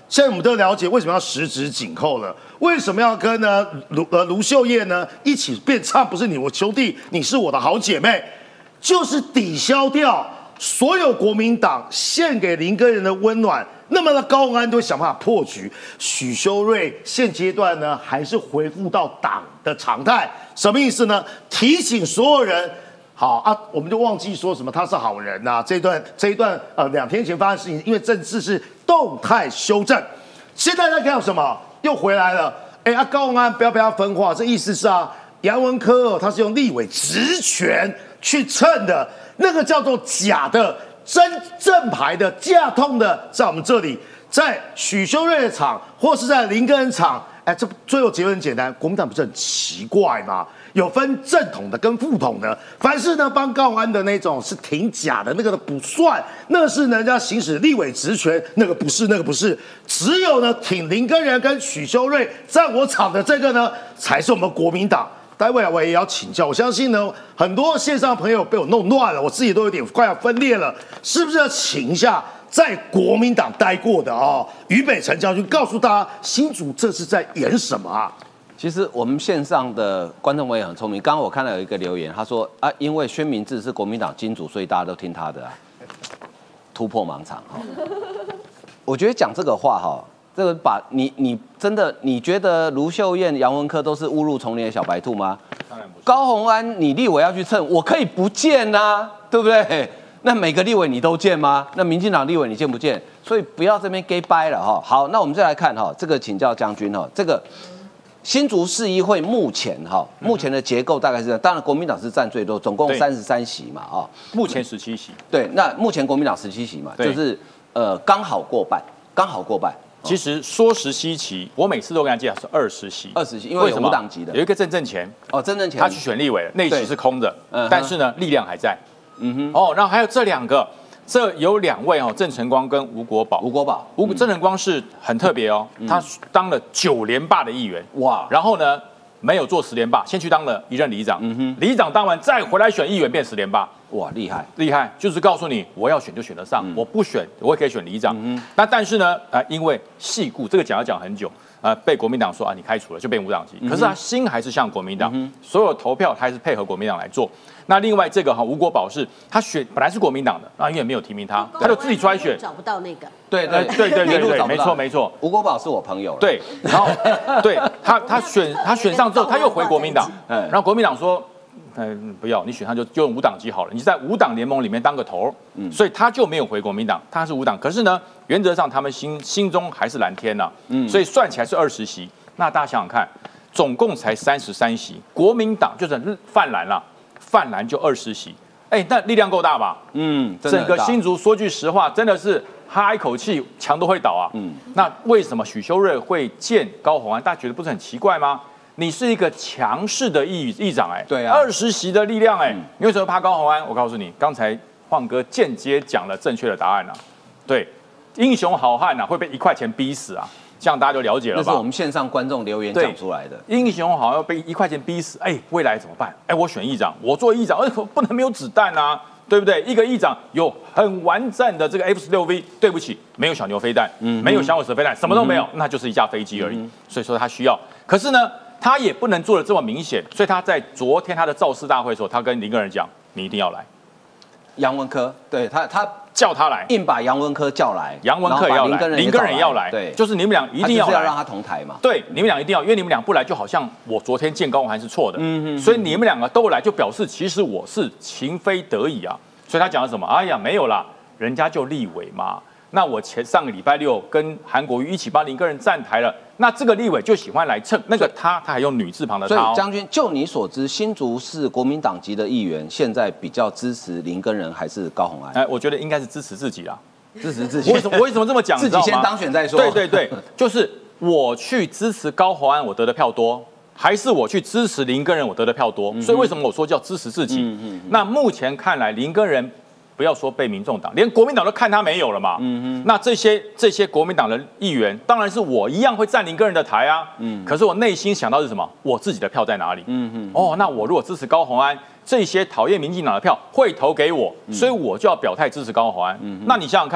现在我们都了解为什么要十指紧扣了，为什么要跟呢卢呃卢秀燕呢一起变唱？不是你我兄弟，你是我的好姐妹，就是抵消掉所有国民党献给林根人的温暖。那么呢，高虹安都会想办法破局。许修睿现阶段呢，还是恢复到党的常态，什么意思呢？提醒所有人。好啊，我们就忘记说什么他是好人呐、啊。这一段这一段呃两天前发生的事情，因为政治是动态修正，现在在干什么？又回来了。哎啊，高虹安不要被他分化，这意思是啊，杨文科、哦、他是用立委职权去蹭的，那个叫做假的，真正牌的架痛的，在我们这里，在许修睿的场或是在林根人场，哎，这最后结论很简单，国民党不是很奇怪吗？有分正统的跟副统的，凡是呢帮高虹安的那种是挺假的，那个的不算，那是人家行使立委职权，那个不是，那个不是，只有呢挺林根人跟许修睿在我场的这个呢，才是我们国民党。待会我也要请教，我相信呢很多线上朋友被我弄乱了，我自己都有点快要分裂了，是不是要请一下在国民党待过的哦，于北辰将军告诉大家，新竹这是在演什么啊？ 其实我们线上的观众们也很聪明。刚刚我看到有一个留言，他说啊，因为宣明智是国民党金主，所以大家都听他的啊，突破盲场哈。我觉得讲这个话哈，这个把你你真的你觉得卢秀燕、杨文科都是误入丛林的小白兔吗？当然不是。高虹安，你立委要去蹭，我可以不见啊，对不对？那每个立委你都见吗？那民进党立委你见不见？所以不要这边 gay 掰了哈。好，那我们再来看哈，这个请教将军哈，这个。新竹市议会目前哈，目前的结构大概是这样，当然国民党是占最多，总共三十三席嘛啊， 目前十七席。 对，那目前国民党十七席嘛，就是呃刚好过半，刚好过半。 其实说十七席，我每次都跟他介绍是二十席， 二十席，因为有无党籍的， 有一个郑正前哦，郑正前他去选立委了，那席是空的，但是呢力量还在。嗯哼，哦，然后还有这两个。这有两位哦，郑成光跟吴国宝。 吴国宝， 吴郑成光是很特别哦，嗯、他当了九连霸的议员，哇！然后呢，没有做十连霸，先去当了一任里长，嗯哼，里长当完再回来选议员变十连霸， 哇，厉害厉害！就是告诉你，我要选就选得上，嗯、我不选我也可以选里长。嗯、那但是呢，呃，因为戏故这个讲要讲很久。呃，被国民党说啊，你开除了就变无党籍，可是他心还是向国民党，嗯、所有投票他还是配合国民党来做。那另外这个哈，吴国宝是他选本来是国民党的，那因为没有提名他，他就自己出来选， 找不到那个。 对对对对对对，没错没错。 吴国宝是我朋友。 对，然后对他他选他选上之后，他又回国民党，然后国民党说。嗯，不要你选他就就用无党籍好了，你在无党联盟里面当个头，嗯，所以他就没有回国民党，他是无党。可是呢，原则上他们心心中还是蓝天呐、啊，嗯，所以算起来是二十席。那大家想想看，总共才三十三席，国民党就是泛蓝啦，泛蓝就二十席，哎，那力量够大吧？嗯，整个新竹说句实话，真的是哈一口气墙都会倒啊。嗯，那为什么许修睿会见高虹安？大家觉得不是很奇怪吗？你是一个强势的议议长哎， 对啊， 二十席的力量哎，嗯、你为什么怕高虹安？我告诉你，刚才晃哥间接讲了正确的答案啊，对，英雄好汉啊会被一块钱逼死啊，这样大家就了解了吧？ 那是我们线上观众留言讲出来的。 英雄好汉要被一块钱逼死，哎，未来怎么办？哎，我选议长，我做议长，哎，不能没有子弹啊，对不对？一个议长有很完善的这个 F 十六 V， 对不起，没有小牛飞弹，嗯，没有小火蛇飞弹，什么都没有，嗯、那就是一架飞机而已。嗯、所以说他需要，可是呢？他也不能做的这么明显，所以他在昨天他的造势大会的时候，他跟林根人讲：“你一定要来。” 杨文科，对他，他叫他来， 硬把杨文科叫来， 杨文科也要来，林根人也要来，对，就是你们俩一定要来， 要让他同台嘛。 对，你们俩一定要，因为你们俩不来，就好像我昨天见高虹安是错的，嗯嗯，所以你们两个都来，就表示其实我是情非得已啊。所以他讲了什么？哎呀，没有啦，人家就立委嘛。那我前上个礼拜六跟韩国瑜一起帮林根人站台了，那这个立委就喜欢来蹭那个他，他还用女字旁的他、哦。 所以将军，就你所知，新竹市国民党籍的议员现在比较支持林根人还是高虹安？ 哎，我觉得应该是支持自己啦， 支持自己。 为什么？为什么这么讲？ 自己先当选再说。 对对对，就是我去支持高虹安，我得的票多。还是我去支持林根人，我得的票多，嗯、所以为什么我说叫支持自己？嗯嗯、那目前看来，林根人不要说被民众党，连国民党都看他没有了嘛。嗯、那这些这些国民党的议员，当然是我一样会占林根人的台啊。嗯、可是我内心想到是什么？我自己的票在哪里？嗯、哦，那我如果支持高虹安，这些讨厌民进党的票会投给我，嗯、所以我就要表态支持高虹安。嗯、那你想想看。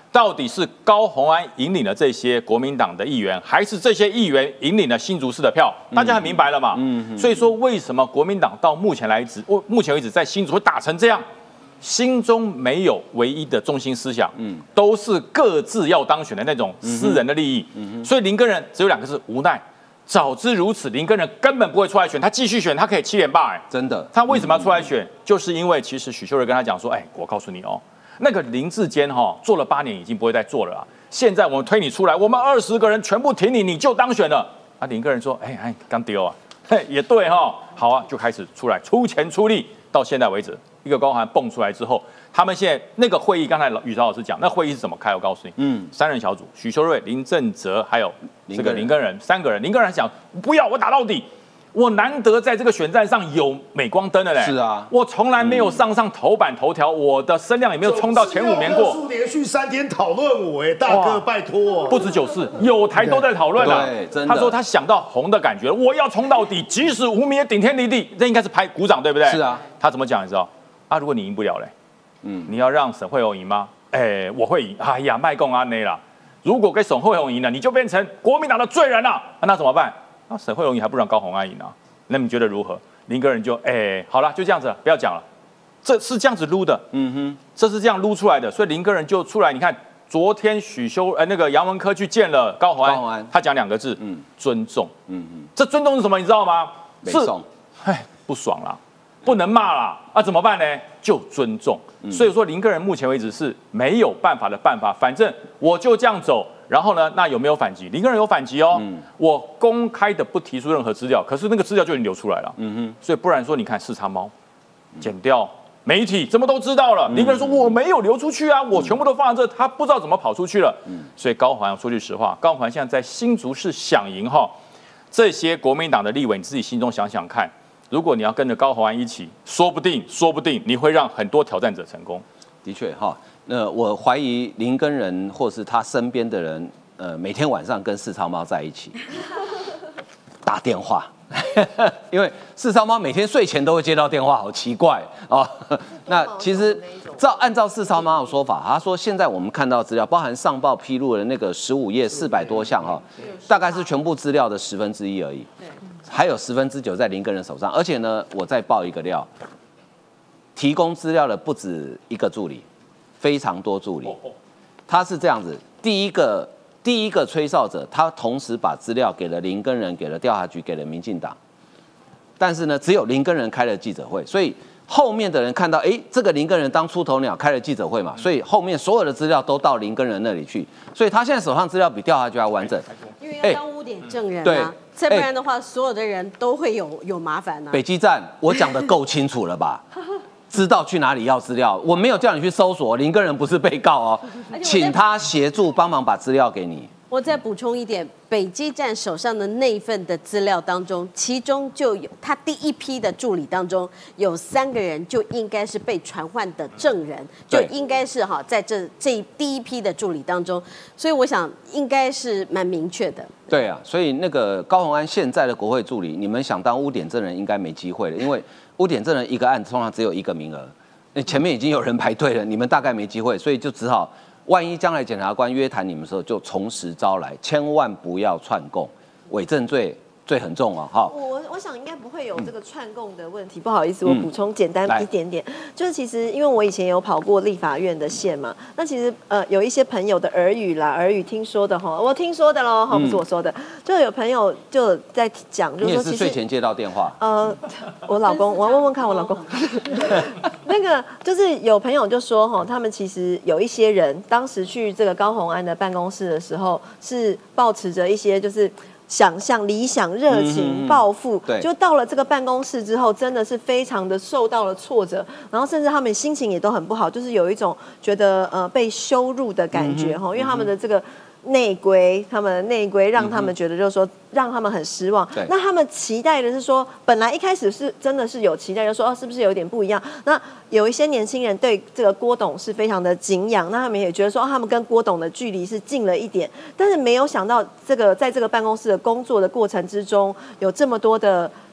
到底是高虹安引领了这些国民党的议员，还是这些议员引领了新竹市的票？大家很明白了嘛？嗯，所以说为什么国民党到目前来止，目前为止在新竹会打成这样，心中没有唯一的中心思想，嗯，都是各自要当选的那种私人的利益。嗯，所以林耕仁只有两个字：无奈。早知如此，林耕仁根本不会出来选，他继续选，他可以七连霸。哎， 真的， 他为什么要出来选？就是因为其实许秀瑞跟他讲说，哎，我告诉你哦。那个林志坚哈做了八年，已经不会再做了啦。现在我们推你出来，我们二十个人全部挺你，你就当选了。啊，林耕仁说：“哎哎，刚丢啊，嘿，也对哈，好啊，就开始出来出钱出力。到现在为止，一个高虹安蹦出来之后，他们现在那个会议，刚才宇超老师讲，那会议是怎么开？我告诉你，嗯，三人小组，许秀瑞、林正哲还有这个林耕仁三个人。林耕仁讲不要，我打到底。”我难得在这个选战上有镁光灯的嘞， 是啊， 我从来没有上上头版头条，我的声量也没有冲到前五名过。 连续三天讨论我，哎，大哥拜托， 不止九四，有台都在讨论了。 对，真的。 他说他想到红的感觉，我要冲到底，即使无名也顶天立地，这应该是拍鼓掌，对不对？ 是啊。 他怎么讲？你知道？啊，如果你赢不了嘞，嗯，你要让沈惠虹赢吗？哎，我会赢。哎呀，卖共安内啦。如果给沈惠虹赢了，你就变成国民党的罪人了。啊，那怎么办？那沈惠虹赢还不让高虹安赢啊？那你觉得如何？林耕仁就哎、欸，好了，就这样子了，不要讲了。这是这样子撸的，嗯哼，这是这样撸出来的。所以林耕仁就出来，你看昨天许修呃那个杨文科去见了高虹安，高虹安他讲两个字，嗯，尊重，嗯哼，这尊重是什么？你知道吗？是，哎，不爽啦，不能骂啦，啊，怎么办呢？就尊重。嗯、所以说林耕仁目前为止是没有办法的办法，反正我就这样走。然后呢？那有没有反击？林耕仁有反击哦。嗯、我公开的不提出任何资料，可是那个资料就已经流出来了。嗯哼。所以不然说，你看视察猫，剪掉媒体，怎么都知道了。林耕仁说我没有流出去啊，我全部都放在这，他不知道怎么跑出去了。嗯。所以高虹安说句实话，高虹安现在在新竹市想赢哈，这些国民党的立委，你自己心中想想看，如果你要跟着高虹安一起，说不定，说不定你会让很多挑战者成功。 的确哈。那我怀疑林耕仁或是他身边的人，呃，每天晚上跟四超猫在一起打电话，因为四超猫每天睡前都会接到电话，好奇怪哦。那其实照按照四超猫的说法，他说现在我们看到资料，包含上报披露的那个十五页四百多项哈，大概是全部资料的十分之一而已，还有十分之九在林耕仁手上。而且呢，我再爆一个料，提供资料的不止一个助理。非常多助理，他是这样子，第一个第一个吹哨者，他同时把资料给了林耕仁，给了调查局，给了民进党，但是呢，只有林耕仁开了记者会，所以后面的人看到，哎，这个林耕仁当出头鸟开了记者会嘛，所以后面所有的资料都到林耕仁那里去，所以他现在手上资料比调查局还完整， 因为要当污点证人啊，再不然的话，所有的人都会有有麻烦啊。 北基站，我讲的够清楚了吧？知道去哪里要资料，我没有叫你去搜索，林耕仁不是被告哦，请他协助帮忙把资料给你。 我再补充一点，北基站手上的那一份的资料当中，其中就有他第一批的助理当中有三个人就应该是被传唤的证人，就应该是哈在这这第一批的助理当中，所以我想应该是蛮明确的。 对啊，所以那个高虹安现在的国会助理，你们想当污点证人应该没机会了，因为污点证人一个案通常只有一个名额，那前面已经有人排队了，你们大概没机会，所以就只好。万一将来检察官约谈你们的时候，就从实招来，千万不要串供，伪证罪罪很重哦。哈， 我我想应该不会有这个串供的问题。不好意思，我补充简单一点点，就是其实因为我以前有跑过立法院的线嘛，那其实呃有一些朋友的耳语啦，耳语听说的哈，我听说的喽，哈，不是我说的，就有朋友就在讲，就是说你也是睡前接到电话， 呃，我老公，我要问问看我老公。那个就是有朋友就说哈，他们其实有一些人当时去这个高虹安的办公室的时候，是抱持着一些就是想象、理想、热情、抱负，就到了这个办公室之后，真的是非常的受到了挫折，然后甚至他们心情也都很不好，就是有一种觉得呃被羞辱的感觉哈，因为他们的这个。内规，他们的内规让他们觉得就是说，让他们很失望。那他们期待的是说，本来一开始是真的是有期待，就说哦，是不是有点不一样？那有一些年轻人对这个郭董是非常的敬仰，那他们也觉得说，哦，他们跟郭董的距离是近了一点。但是没有想到，这个在这个办公室的工作的过程之中，有这么多的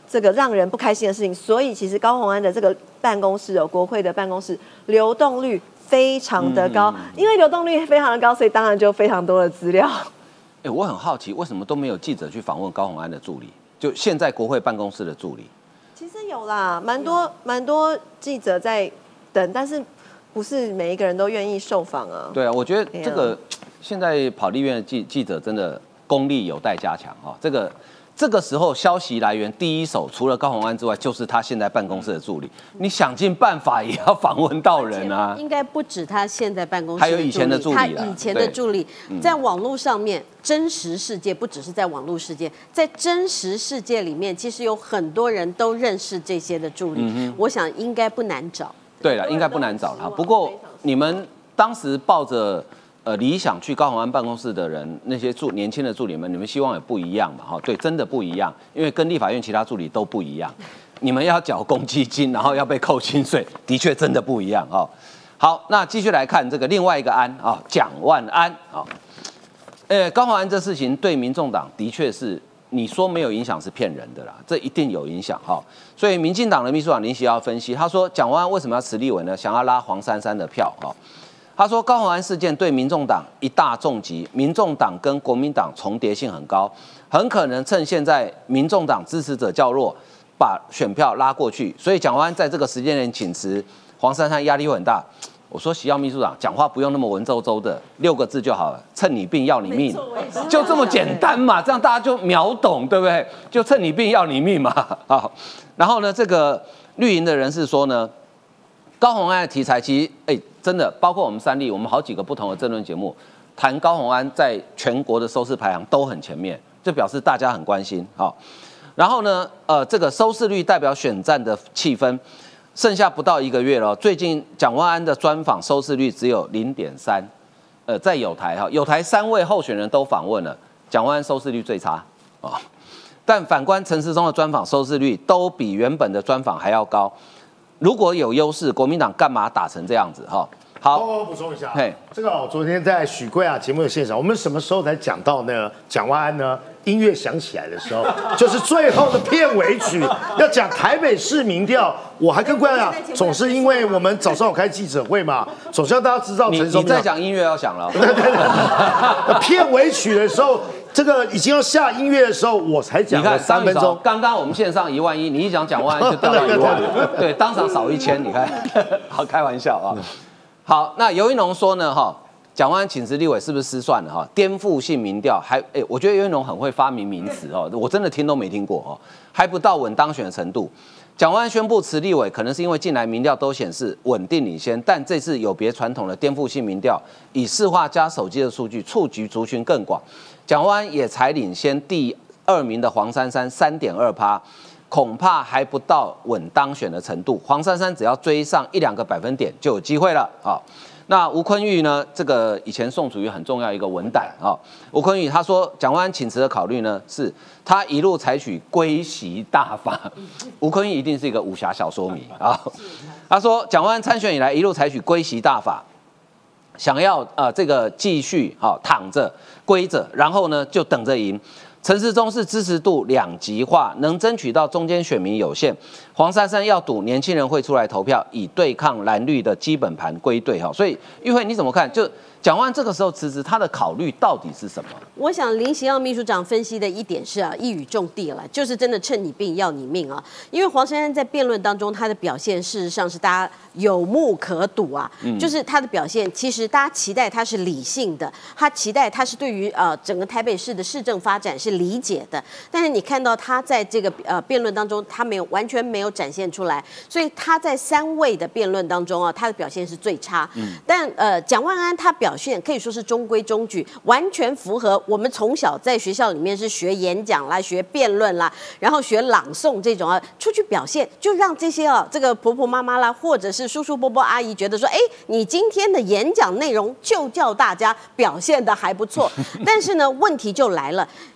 这个让人不开心的事情，所以其实高虹安的这个办公室哦，国会的办公室流动率非常的高，嗯、因为流动率非常的高，所以当然就非常多的资料。 哎，我很好奇，为什么都没有记者去访问高虹安的助理？就现在国会办公室的助理， 其实有啦，蛮多蛮多记者在等，但是不是每一个人都愿意受访啊。 对啊，我觉得这个、啊、现在跑立院的记记者真的功力有待加强哈、哦。这个这个时候消息来源第一手，除了高虹安之外，就是他现在办公室的助理。你想尽办法也要访问到人啊。 应该不止他现在办公室的助理， 还有以前的助理， 他以前的助理在网络上面。真实世界不只是在网络世界，在真实世界里面，其实有很多人都认识这些的助理。嗯、我想应该不难找。 对了，应该不难找了。不过你们当时抱着呃理想去高虹安办公室的人，那些助年轻的助理们，你们希望也不一样嘛？哈，对，真的不一样，因为跟立法院其他助理都不一样。你们要缴公积金，然后要被扣薪水，的确真的不一样哦。好，那继续来看这个另外一个安啊，蒋万安啊。呃，高虹安这事情对民众党的确是你说没有影响是骗人的啦，这一定有影响哈。所以民进党的秘书长林喜要分析，他说蒋万安为什么要辞立委呢？想要拉黄珊珊的票哈。他说高虹安事件对民众党一大重击，民众党跟国民党重叠性很高，很可能趁现在民众党支持者较弱，把选票拉过去。所以蒋万安在这个时间点请辞，黄珊珊压力会很大。我说习耀秘书长讲话不用那么文绉绉的，六个字就好了，趁你病要你命，就这么简单嘛，这样大家就秒懂，对不对？就趁你病要你命嘛。好，然后呢，这个绿营的人士说呢，高虹安的题材其实，哎，真的包括我们三立，我们好几个不同的政论节目谈高虹安在全国的收视排行都很前面，这表示大家很关心。好，然后呢，呃，这个收视率代表选战的气氛。剩下不到一个月了，最近蒋万安的专访收视率只有零点三，呃，在友台哈，友台三位候选人都访问了，蒋万安收视率最差啊、哦。但反观陈时中的专访收视率都比原本的专访还要高。如果有优势，国民党干嘛打成这样子哈？好， 我补充一下，嘿，这个我昨天在许贵啊节目的现场，我们什么时候才讲到呢？蒋万安呢？音乐响起来的时候，就是最后的片尾曲，要讲台北市民调。我还跟贵安讲，总是因为我们早上有开记者会嘛，总是要大家知道陈时中。 你再讲音乐要响了。 对对对，片尾曲的时候，这个已经要下音乐的时候，我才讲了三分钟。 刚刚我们线上一万一，你一讲蒋万安就掉到一万，对，当场少一千，你看，好开玩笑啊。好，那尤一农说呢，哈。蒋万安请辞立委是不是失算了哈？颠覆性民调还哎，我觉得尤一农很会发明名词哦，我真的听都没听过哦，还不到稳当选的程度。蒋万安宣布辞立委，可能是因为近来民调都显示稳定领先，但这次有别传统的颠覆性民调，以市话加手机的数据触及族群更广。蒋万安也才领先第二名的黄珊珊三点二趴，恐怕还不到稳当选的程度。黄珊珊只要追上一两个百分点就有机会了啊。那吴昆玉呢？这个以前宋楚瑜很重要一个文胆啊。吴昆玉他说，蒋万安请辞的考虑呢，是他一路采取归习大法。吴昆玉一定是一个武侠小说迷啊。他说，蒋万安参选以来一路采取归习大法，想要呃这个继续好、哦、躺着归着，然后呢就等着赢。陈时中是支持度两极化，能争取到中间选民有限。黄珊珊要赌年轻人会出来投票，以对抗蓝绿的基本盘归队哈。所以玉慧你怎么看？就蒋万安这个时候辞职，他的考虑到底是什么？ 我想林行耀秘书长分析的一点是啊，一语中的了，就是真的趁你病要你命啊。因为黄珊珊在辩论当中，他的表现事实上是大家有目可睹啊，嗯、就是他的表现，其实大家期待他是理性的，他期待他是对于呃整个台北市的市政发展是理解的。但是你看到他在这个呃辩论当中，他没有完全没有展现出来，所以他在三位的辩论当中啊，他的表现是最差。嗯、但呃蒋万安他表现可以说是中规中矩，完全符合我们从小在学校里面是学演讲啦、学辩论啦，然后学朗诵这种啊，出去表现就让这些啊这个婆婆妈妈啦，或者是叔叔伯伯阿姨觉得说，哎，你今天的演讲内容就叫大家表现得还不错。但是呢，问题就来了。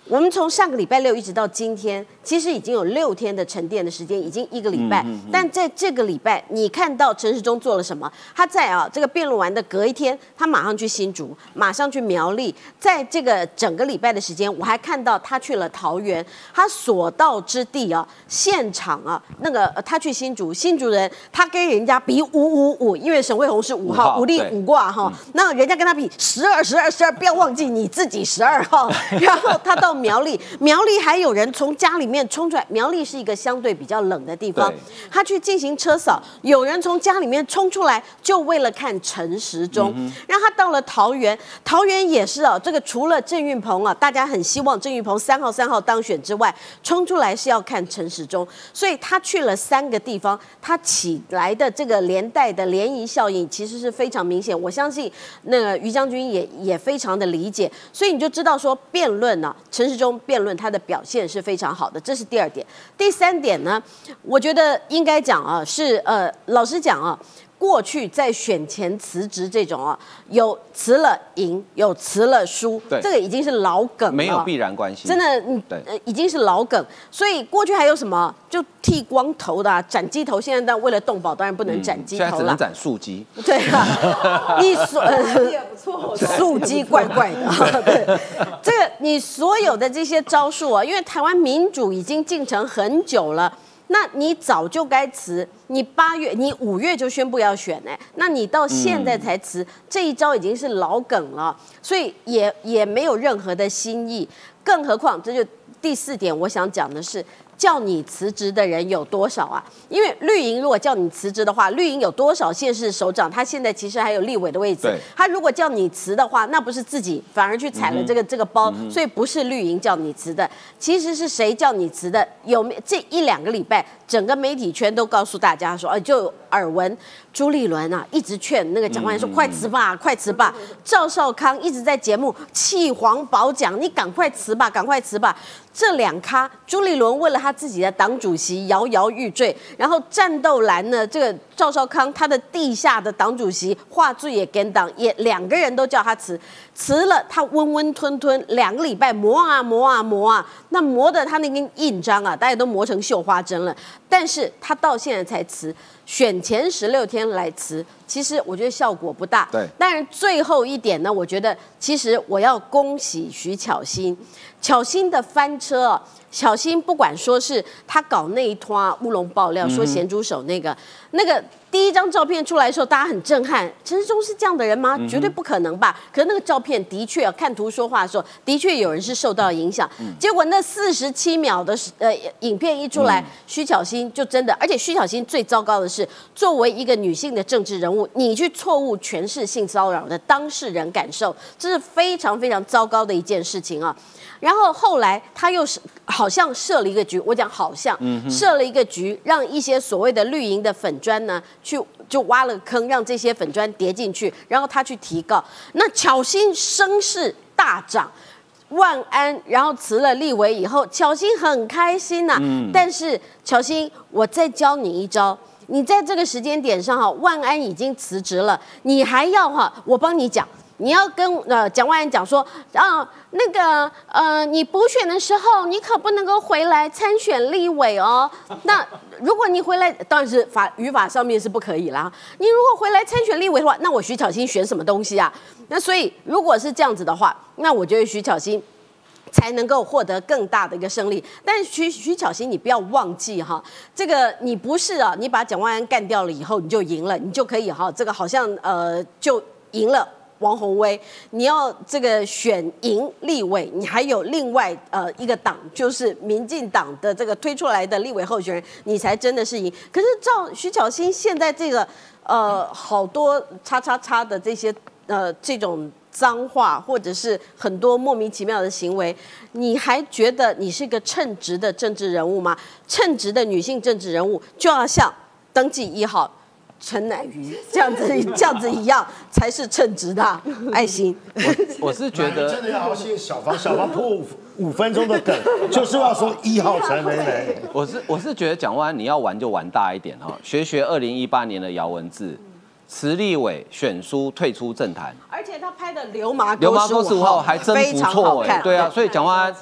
我们从上个礼拜六一直到今天，其实已经有六天的沉淀的时间，已经一个礼拜。嗯嗯嗯、但在这个礼拜，你看到陈时中做了什么？他在啊这个辩论完的隔一天，他马上去新竹，马上去苗栗。在这个整个礼拜的时间，我还看到他去了桃园，他所到之地啊，现场啊，那个、呃、他去新竹，新竹人他跟人家比五五五，因为沈慧虹是五号，五力五卦哈，嗯、那人家跟他比十二十二十二，不要忘记你自己十二号，然后他到苗栗，苗栗还有人从家里面冲出来。苗栗是一个相对比较冷的地方，他去进行车扫，有人从家里面冲出来，就为了看陈时中。嗯、然后他到了桃园，桃园也是哦，这个除了郑运鹏啊，大家很希望郑运鹏三号三号当选之外，冲出来是要看陈时中，所以他去了三个地方，他起来的这个连带的涟漪效应其实是非常明显。我相信那个于将军也也非常的理解，所以你就知道说辩论呢、啊，陈时中辩论他的表现是非常好的，这是第二点。第三点呢，我觉得应该讲啊，是呃，老实讲啊，过去在选前辞职这种啊，有辞了赢，有辞了输，这个已经是老梗了， 没有必然关系， 真的，嗯，呃，已经是老梗。所以过去还有什么，就剃光头的、啊、斩鸡头，现在但为了动保，当然不能斩鸡头了、嗯，现在只能斩素鸡。 对啊，你所呃也不错，素鸡怪怪的。对，这个你所有的这些招数啊，因为台湾民主已经进程很久了。那你早就该辞，你八月、你五月就宣布要选哎、欸，那你到现在才辞，嗯、这一招已经是老梗了，所以也也没有任何的新意。更何况，这就第四点，我想讲的是，叫你辞职的人有多少啊？因为绿营如果叫你辞职的话，绿营有多少县市首长？他现在其实还有立委的位置。他如果叫你辞的话，那不是自己反而去踩了这个、嗯、这个包，嗯、所以不是绿营叫你辞的，其实是谁叫你辞的？有没这一两个礼拜，整个媒体圈都告诉大家说，哎，就耳闻朱立伦啊，一直劝那个蒋万安说，嗯、快辞吧，快辞吧。赵少康一直在节目弃黄保蒋，你赶快辞吧，赶快辞吧。这两咖，朱立伦为了他自己的党主席摇摇欲坠，然后战斗蓝呢，这个赵少康他的地下的党主席话最也跟党，也两个人都叫他辞，辞了他温温吞吞，两个礼拜磨啊磨啊磨啊，那磨的他那根印章啊，大家都磨成绣花针了，但是他到现在才辞。选前十六天来辞，其实我觉得效果不大。 对， 当然最后一点呢，我觉得其实我要恭喜徐巧芯，巧芯的翻车啊，巧芯不管说是他搞那一团乌龙爆料，说咸猪手那个、嗯、那个第一张照片出来的时候，大家很震撼，陈时中是这样的人吗？绝对不可能吧。可是那个照片的确看图说话的时候，的确有人是受到影响。嗯、结果那四十七秒的呃影片一出来，嗯、徐巧芯就真的，而且徐巧芯最糟糕的是，作为一个女性的政治人物，你去错误诠释性骚扰的当事人感受，这是非常非常糟糕的一件事情啊。然后后来他又是好像设了一个局，我讲好像、嗯、设了一个局，让一些所谓的绿营的粉专呢，去就挖了坑，让这些粉专跌进去，然后他去提告。那巧芯声势大涨，万安然后辞了立委以后，巧芯很开心呐、啊。嗯、但是巧芯，我再教你一招。你在这个时间点上哈，万安已经辞职了，你还要哈，我帮你讲。你要跟呃蒋万安讲说啊，那个呃，你补选的时候，你可不能够回来参选立委哦。那如果你回来，当然是法语法上面是不可以啦。你如果回来参选立委的话，那我徐巧芯选什么东西啊？那所以如果是这样子的话，那我觉得徐巧芯才能够获得更大的一个胜利。但是徐徐巧芯，你不要忘记哈，这个你不是啊，你把蒋万安干掉了以后，你就赢了，你就可以哈，这个好像呃就赢了。王宏威，你要这个选赢立委，你还有另外呃一个党，就是民进党的这个推出来的立委候选人，你才真的是赢。可是照徐巧芯现在这个呃好多叉叉叉的这些呃这种脏话，或者是很多莫名其妙的行为，你还觉得你是个称职的政治人物吗？称职的女性政治人物就要像登记一号陈乃瑜这样子这样子一样才是称职的爱心。 我我是觉得真的要谢谢小芳，小芳破五五分钟的梗，就是要说一号陈蕾蕾。 我是我是觉得蒋万安你要玩就玩大一点哈，学学二零一八年的姚文智。辞立委选输退出政坛， 而且他拍的《流麻流麻沟十五号》还真不错哎，对啊，所以蒋万安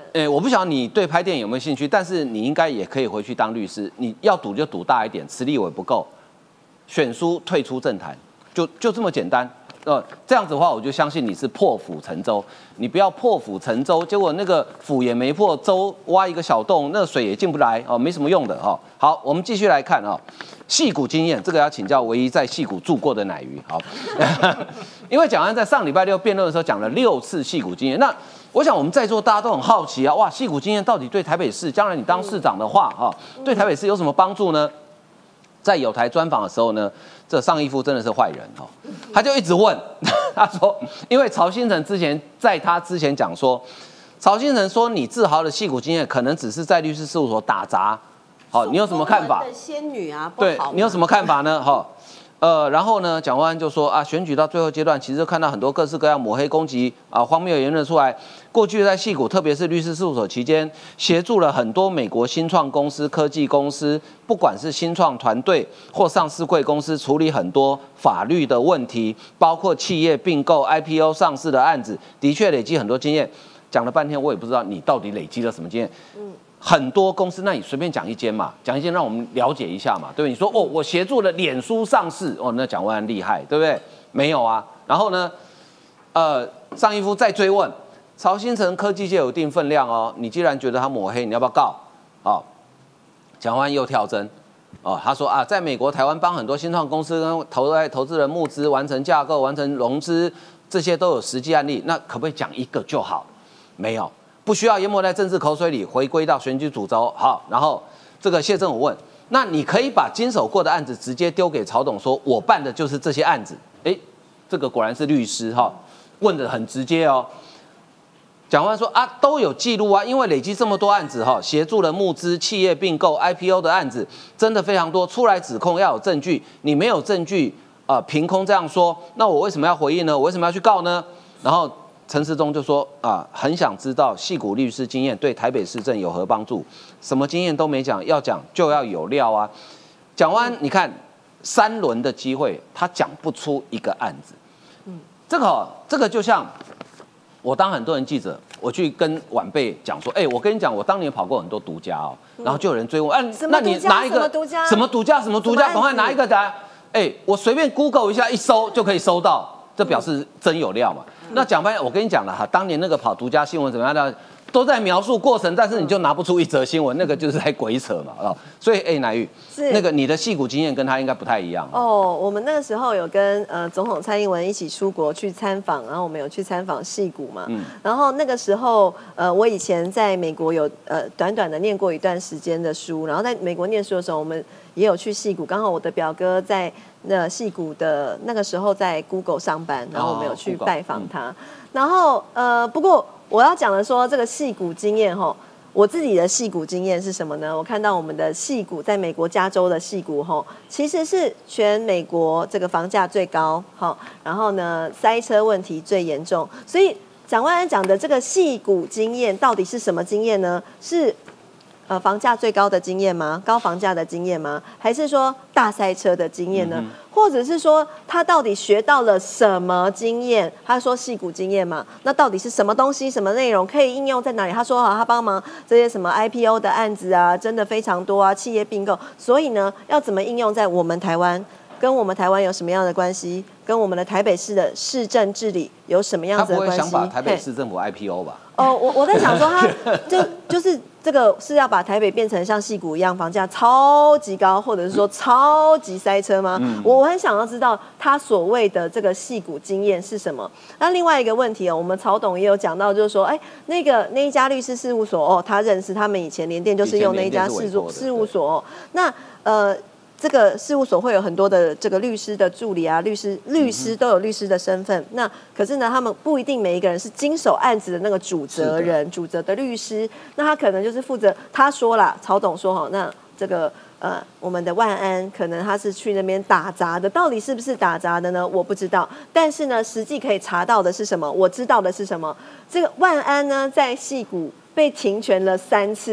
诶，我不晓得你对拍电影有没有兴趣，但是你应该也可以回去当律师。你要赌就赌大一点，实力我也不够，选书退出政坛，就就这么简单。呃，这样子的话，我就相信你是破釜沉舟。你不要破釜沉舟，结果那个釜也没破，舟挖一个小洞，那个水也进不来哦，没什么用的哦。好，我们继续来看哦，矽谷经验，这个要请教唯一在矽谷住过的乃瑜。好，因为蒋万安在上礼拜六辩论的时候讲了六次矽谷经验，那我想我们在座大家都很好奇啊，哇，矽谷经验到底对台北市，将来你当市长的话，哈，对台北市有什么帮助呢？在有台专访的时候呢，这上一夫真的是坏人哦，他就一直问，他说，因为曹兴诚之前在他之前讲说，曹兴诚说你自豪的矽谷经验可能只是在律师事务所打杂，好，你有什么看法？ 仙女啊， 对，你有什么看法呢？哈。呃，然后呢，蒋万安就说啊，选举到最后阶段，其实看到很多各式各样抹黑攻击啊、荒谬言论出来。过去在矽谷，特别是律师事务所期间，协助了很多美国新创公司、科技公司，不管是新创团队或上市贵公司，处理很多法律的问题，包括企业并购、I P O 上市的案子，的确累积很多经验。讲了半天，我也不知道你到底累积了什么经验。嗯。很多公司，那你随便讲一间嘛，讲一间让我们了解一下嘛，对不对？你说哦，我协助了脸书上市，哦，那蒋万安厉害，对不对？没有啊。然后呢，呃，上一夫再追问，曹兴诚科技界有一定分量哦，你既然觉得他抹黑，你要不要告？哦，蒋万安又跳针，哦，他说啊，在美国、台湾帮很多新创公司跟投投资人募资，完成架构、完成融资，这些都有实际案例，那可不可以讲一个就好？没有。不需要淹没在政治口水里，回归到选举主轴。好，然后这个谢政武问，那你可以把经手过的案子直接丢给曹董，说我办的就是这些案子。哎，这个果然是律师哈，问得很直接哦。蒋万安说啊，都有记录啊，因为累积这么多案子哈，协助了募资、企业并购、I P O 的案子真的非常多，出来指控要有证据，你没有证据啊、呃，凭空这样说，那我为什么要回应呢？我为什么要去告呢？然后。陈时中就说啊，很想知道矽谷律师经验对台北市政有何帮助？什么经验都没讲，要讲就要有料啊！蒋万安，你看三轮的机会，他讲不出一个案子。嗯，这个、哦、这个就像我当很多人记者，我去跟晚辈讲说，哎、欸，我跟你讲，我当年跑过很多独家哦，然后就有人追问，哎、啊，那你拿一个什么独家？什么独家？什么独家？赶快拿一个答案。哎、欸，我随便 Google 一下，一搜就可以搜到。这表示真有料嘛？嗯、那讲白，我跟你讲了哈，当年那个跑独家新闻怎么样的，都在描述过程，但是你就拿不出一则新闻，那个就是在鬼扯嘛啊！所以，哎，乃玉，是那个你的矽谷经验跟他应该不太一样哦。我们那个时候有跟呃总统蔡英文一起出国去参访，然后我们有去参访矽谷嘛。嗯。然后那个时候，呃，我以前在美国有呃短短的念过一段时间的书，然后在美国念书的时候，我们也有去矽谷，刚好我的表哥在。那矽谷的那个时候在 Google 上班，然后我们有去拜访他。哦嗯、然后呃，不过我要讲的说这个矽谷经验哈，我自己的矽谷经验是什么呢？我看到我们的矽谷在美国加州的矽谷哈，其实是全美国这个房价最高哈，然后呢塞车问题最严重。所以蒋万安讲的这个矽谷经验到底是什么经验呢？是。呃，房价最高的经验吗？高房价的经验吗？还是说大塞车的经验呢？嗯、或者是说他到底学到了什么经验？他说矽谷经验嘛，那到底是什么东西、什么内容可以应用在哪里？他说好，他帮忙这些什么 I P O 的案子啊，真的非常多啊，企业并购，所以呢，要怎么应用在我们台湾？跟我们台湾有什么样的关系？跟我们的台北市的市政治理有什么样子的关系？ 他不会想把台北市政府 I P O 吧？ 哦，我我在想说他，他就就是这个是要把台北变成像矽谷一样，房价超级高，或者是说超级塞车吗？嗯、我我很想要知道他所谓的这个矽谷经验是什么。那另外一个问题哦，我们曹董也有讲到，就是说，哎，那个那一家律师事务所哦，他认识他们以前联电就是用那一家事务事务所、哦，那呃。这个事务所会有很多的这个律师的助理啊，律师律师都有律师的身份。那可是呢，他们不一定每一个人是经手案子的那个主责人、主责的律师。那他可能就是负责。他说啦，曹董说哈，那这个呃，我们的万安可能他是去那边打杂的，到底是不是打杂的呢？我不知道。但是呢，实际可以查到的是什么？我知道的是什么？这个万安呢，在矽谷被停权了三次。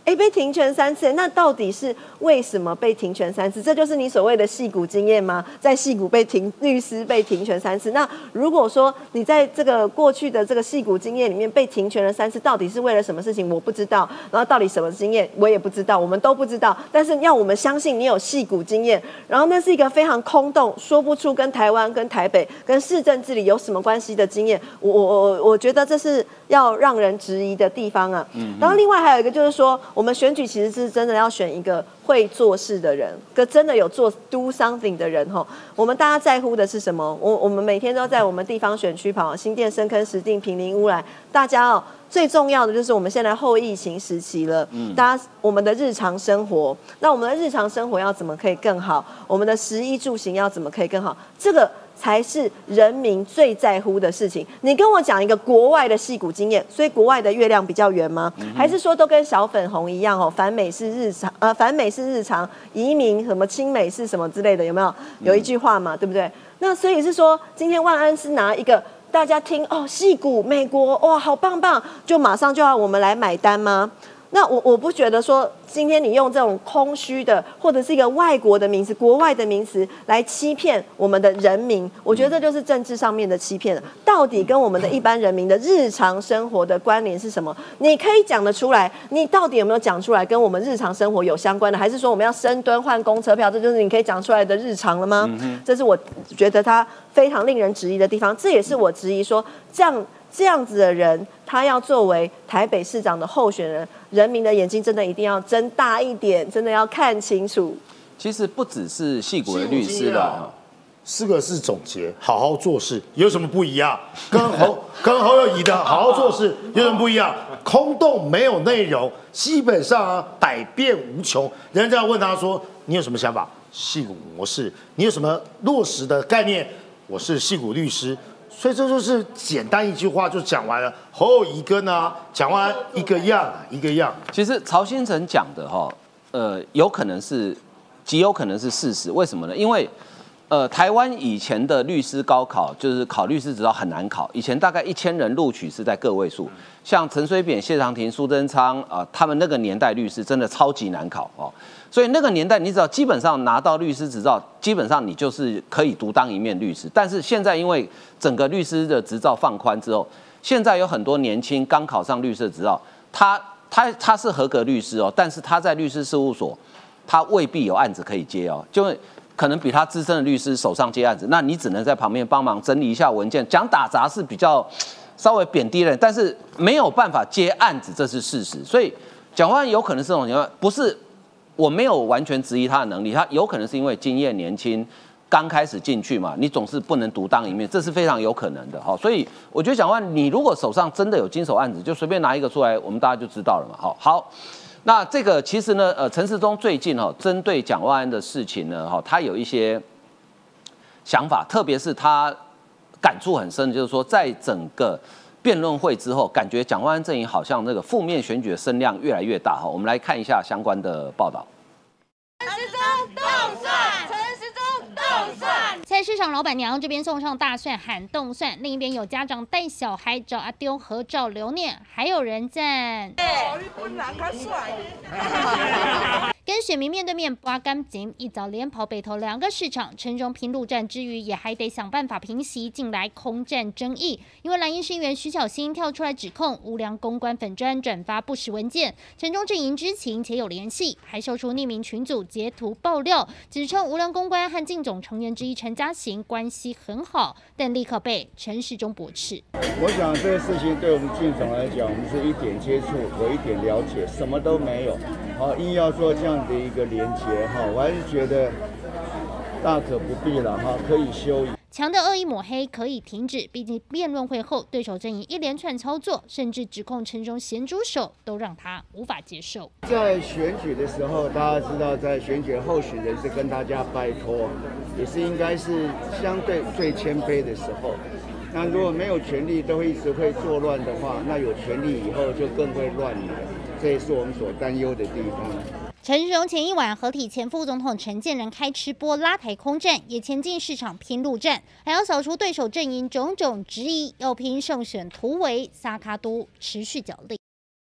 哎，被停权三次，那到底是为什么被停权三次？这就是你所谓的矽谷经验吗？在矽谷被停，律师被停权三次。那如果说你在这个过去的这个矽谷经验里面被停权了三次，到底是为了什么事情？我不知道。然后到底什么经验，我也不知道，我们都不知道。但是要我们相信你有矽谷经验，然后那是一个非常空洞，说不出跟台湾、跟台北、跟市政治理有什么关系的经验。我我我我觉得这是要让人质疑的地方啊。嗯。然后另外还有一个就是说。我们选举其实是真的要选一个会做事的人，个真的有做 do something 的人吼。我们大家在乎的是什么？我我们每天都在我们地方选区跑，新店、深坑、石碇、坪林、乌来，大家哦最重要的就是我们现在后疫情时期了，嗯，大家我们的日常生活，那我们的日常生活要怎么可以更好？我们的食衣住行要怎么可以更好？这个。才是人民最在乎的事情。你跟我讲一个国外的矽谷经验，所以国外的月亮比较圆吗？嗯、还是说都跟小粉红一样哦？反美是日常，呃，反美是日常，移民什么亲美是什么之类的，有没有？有一句话嘛，嗯、对不对？那所以是说，今天万安是拿一个大家听哦，矽谷美国哇，好棒棒，就马上就要我们来买单吗？那我我不觉得说，今天你用这种空虚的或者是一个外国的名词、国外的名词来欺骗我们的人民，我觉得这就是政治上面的欺骗了。到底跟我们的一般人民的日常生活的关联是什么？你可以讲得出来，你到底有没有讲出来跟我们日常生活有相关的？还是说我们要深蹲换公车票，这就是你可以讲出来的日常了吗？嗯、这是我觉得他非常令人质疑的地方，这也是我质疑说这样。这样子的人，他要作为台北市长的候选人，人民的眼睛真的一定要睁大一点，真的要看清楚。 其实不只是矽谷的律师了， 四个字总结：好好做事，有什么不一样？跟侯跟侯友宜的好好做事有什么不一样？空洞没有内容，基本上啊百变无穷。人家问他说：“你有什么想法？矽谷模式，你有什么落实的概念？”我是矽谷律师。所以这就是简单一句话就讲完了。侯友宜跟啊讲完一个样一个样。 其实曹兴诚讲的哈，呃，有可能是极有可能是事实。为什么呢？因为呃，台湾以前的律师高考就是考律师执照很难考，以前大概一千人录取是在个位数，像陈水扁、谢长廷、苏贞昌啊、呃，他们那个年代律师真的超级难考哦。所以那个年代，你只要基本上拿到律师执照，基本上你就是可以独当一面律师。但是现在因为整个律师的执照放宽之后，现在有很多年轻刚考上律师的执照，他他他是合格律师哦，但是他在律师事务所，他未必有案子可以接哦，就可能比他资深的律师手上接案子，那你只能在旁边帮忙整理一下文件，讲打杂是比较稍微贬低人，但是没有办法接案子，这是事实。所以蒋万安有可能是这种情况，不是。我没有完全质疑他的能力，他有可能是因为经验年轻，刚开始进去嘛，你总是不能独当一面，这是非常有可能的哈。所以我觉得蒋万安，你如果手上真的有经手案子，就随便拿一个出来，我们大家就知道了嘛。好，好，那这个其实呢，呃，陈时中最近哈，针对蒋万安的事情呢，哈，他有一些想法，特别是他感触很深，就是说在整个辩论会之后，感觉蒋万安阵营好像那个负面选举的声量越来越大哈。我们来看一下相关的报道。 陈时中动算，陈时中动算。菜市场老板娘这边送上大蒜喊动算，另一边有家长带小孩找阿丢合照留念，还有人赞。哦，你本人较帅。跟选民面对面拔干净，一早连跑北投两个市场，陈中拼陆战之余，也还得想办法平息近来空战争议。因为蓝营市议员徐巧芯跳出来指控无良公关粉专转发不实文件，陈中阵营知情且有联系，还秀出匿名群组截图爆料，指称无良公关和靳总成员之一陈嘉行关系很好，但立刻被陈时中驳斥。 我想这个事情对我们靳总来讲，我们是一点接触，有一点了解，什么都没有。好，硬要做这样的一个连结哈，我还是觉得大可不必了哈，可以休矣。 强的恶意抹黑可以停止，毕竟辩论会后对手阵营一连串操作，甚至指控陈中咸猪手，都让他无法接受。 在选举的时候，大家知道，在选举候选人是跟大家拜托，也是应该是相对最谦卑的时候。那如果没有权力都会一直会作乱的话，那有权力以后就更会乱来，这也是我们所担忧的地方。 陈时中前一晚合体前副总统陈建仁开吃播拉台空战，也前进市场拼陆战，还要扫除对手阵营种种质疑，要拼胜选突围，萨卡都持续角力。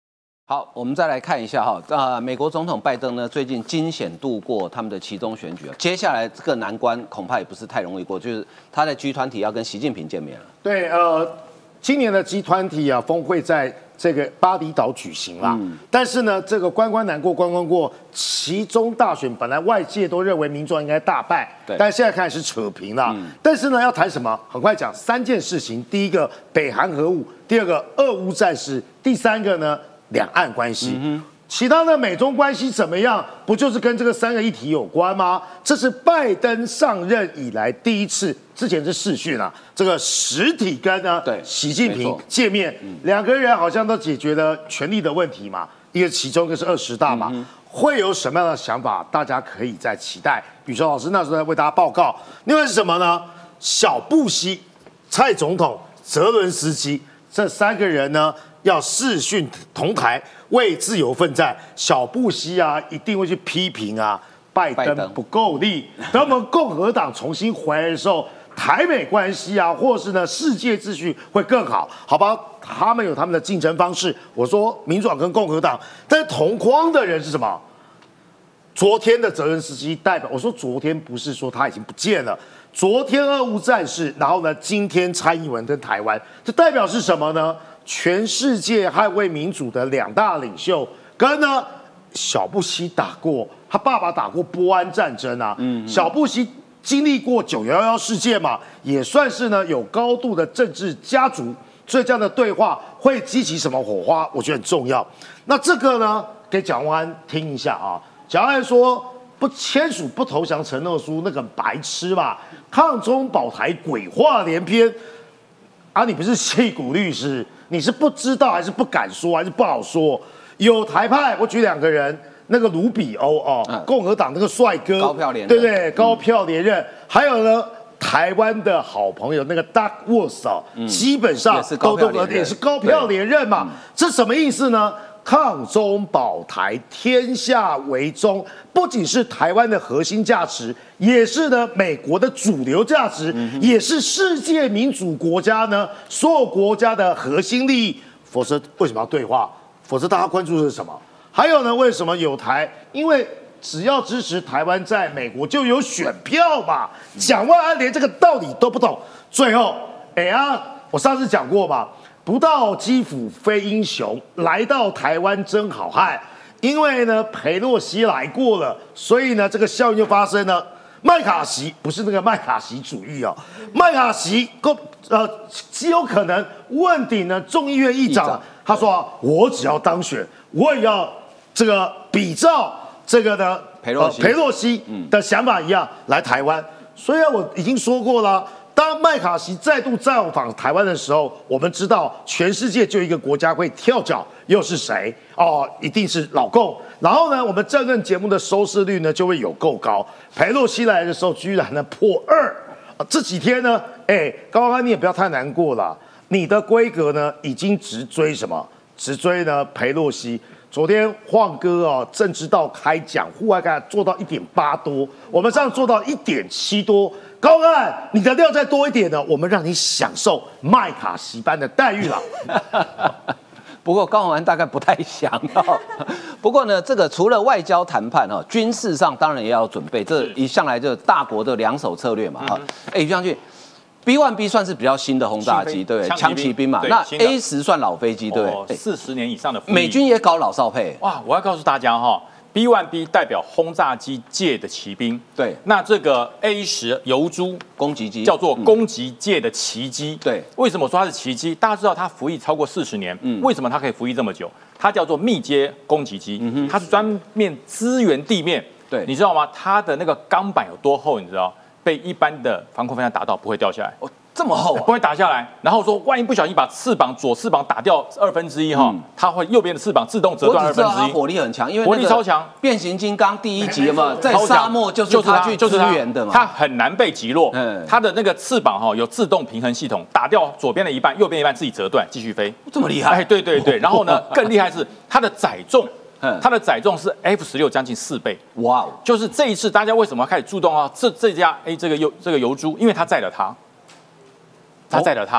好，我们再来看一下哈，呃，美国总统拜登呢，最近惊险度过他们的期中选举，接下来这个难关恐怕也不是太容易过，就是他的 G 团体要跟习近平见面了。 对，呃，今年的 G 团体啊峰会在这个巴厘岛举行啦，嗯、但是呢，这个关关难过关关过，期中大选本来外界都认为民众应该大败，但现在看来是扯平了。嗯、但是呢，要谈什么？很快讲三件事情：第一个，北韩核武；第二个，俄乌战事；第三个呢？两岸关系，嗯、其他的美中关系怎么样？不就是跟这个三个议题有关吗？这是拜登上任以来第一次，之前是视讯啊，这个实体跟呢习近平见面，嗯、两个人好像都解决了权力的问题嘛，一个其中一个是二十大嘛，嗯、会有什么样的想法？大家可以再期待。宇哲老师那时候在为大家报告。另外是什么呢？小布希、蔡总统、泽伦斯基这三个人呢？要视讯同台为自由奋战，小布希啊一定会去批评啊拜登不够力。等我们共和党重新回来的时候，台美关系啊，或是呢世界秩序会更好，好吧？他们有他们的竞争方式。我说民主党跟共和党，但是同框的人是什么？昨天的泽伦斯基代表，我说昨天不是说他已经不见了，昨天俄乌战事，然后呢今天蔡英文跟台湾，这代表是什么呢？全世界捍卫民主的两大领袖，跟呢小布希打过，他爸爸打过波湾战争啊，嗯嗯小布希经历过九一一事件嘛，也算是呢有高度的政治家族，所以这样的对话会激起什么火花，我觉得很重要。那这个呢，给蒋万安听一下啊，蒋万安说不签署不投降承诺书，那个白痴嘛，抗中保台鬼话连篇啊，你不是矽谷律师？你是不知道还是不敢说还是不好说？有台派，我举两个人，那个卢比欧哦，嗯、共和党那个帅哥， 高票连任， 对不对？高票连任，嗯、还有呢，台湾的好朋友那个 Doug Waltz 哦，嗯、基本上都都也是高票连任嘛，嗯、这什么意思呢？抗中保台，天下为中，不仅是台湾的核心价值，也是呢美国的主流价值，嗯、也是世界民主国家呢所有国家的核心利益。否则为什么要对话？否则大家关注的是什么？还有呢，为什么有台？因为只要支持台湾在美国就有选票嘛。蒋万安连这个道理都不懂。最后，哎呀，我上次讲过嘛。不到基辅非英雄，来到台湾真好汉。因为呢，裴洛西来过了，所以呢，这个效应就发生了。麦卡锡不是那个麦卡锡主义哦，麦卡锡够呃极有可能问鼎呢众议院议长。议长他说、啊：“我只要当选，我也要这个比照这个的裴洛西、 呃、裴洛西的想法一样、嗯、来台湾。虽然我已经说过了。”当麦卡锡再度造访台湾的时候，我们知道全世界就一个国家会跳脚，又是谁？哦，一定是老共。然后呢，我们政论节目的收视率呢就会有够高。裴洛西来的时候，居然呢破二。啊，这几天呢，哎，高安你也不要太难过了，你的规格呢已经直追什么？直追呢裴洛西。昨天晃哥哦，政治道开讲，户外感做到一点八多，我们上做到一点七多。高安，你的料再多一点呢，我们让你享受麦卡锡般的待遇了。 不过高虹安大概不太想哦。不过呢，这个除了外交谈判哈，军事上当然也要准备，这一向来就是大国的两手策略嘛哈。哎、嗯，于将军 ，B 一 B 算是比较新的轰炸机，对不对？枪骑兵嘛。那 A 十算老飞机，对不对？ 四十年以上的服役。 美军也搞老少配。 哇，我要告诉大家哈。B 一 B 代表轰炸机界的骑兵， 对。 那这个 A 十游珠攻击机叫做攻击界的奇机， 嗯、对。 为什么我说它是奇机？大家知道它服役超过四十年，嗯，为什么它可以服役这么久？它叫做密接攻击机，嗯、它是专面支援地面， 对。 你知道吗？它的那个钢板有多厚？你知道？被一般的防空飞弹打到不会掉下来。 哦这么厚、啊， 不会打下来。然后说，万一不小心把翅膀左翅膀打掉二分之一哈，嗯、它会右边的翅膀自动折断二分之一。 它火力很强，因为火力超强。 变形金刚第一集嘛，在沙漠就是它去支援的嘛， 它很难被击落。嗯，它的那个翅膀哈有自动平衡系统，打掉左边的一半，右边一半自己折断，继续飞。 这么厉害？ 哎，对对对。然后呢，更厉害是它的载重。它的载重是 F 十六将近四倍，哇！就是这一次大家为什么要开始注重啊？这这架 A 这个油这个油珠，因为它载了它。他载了他，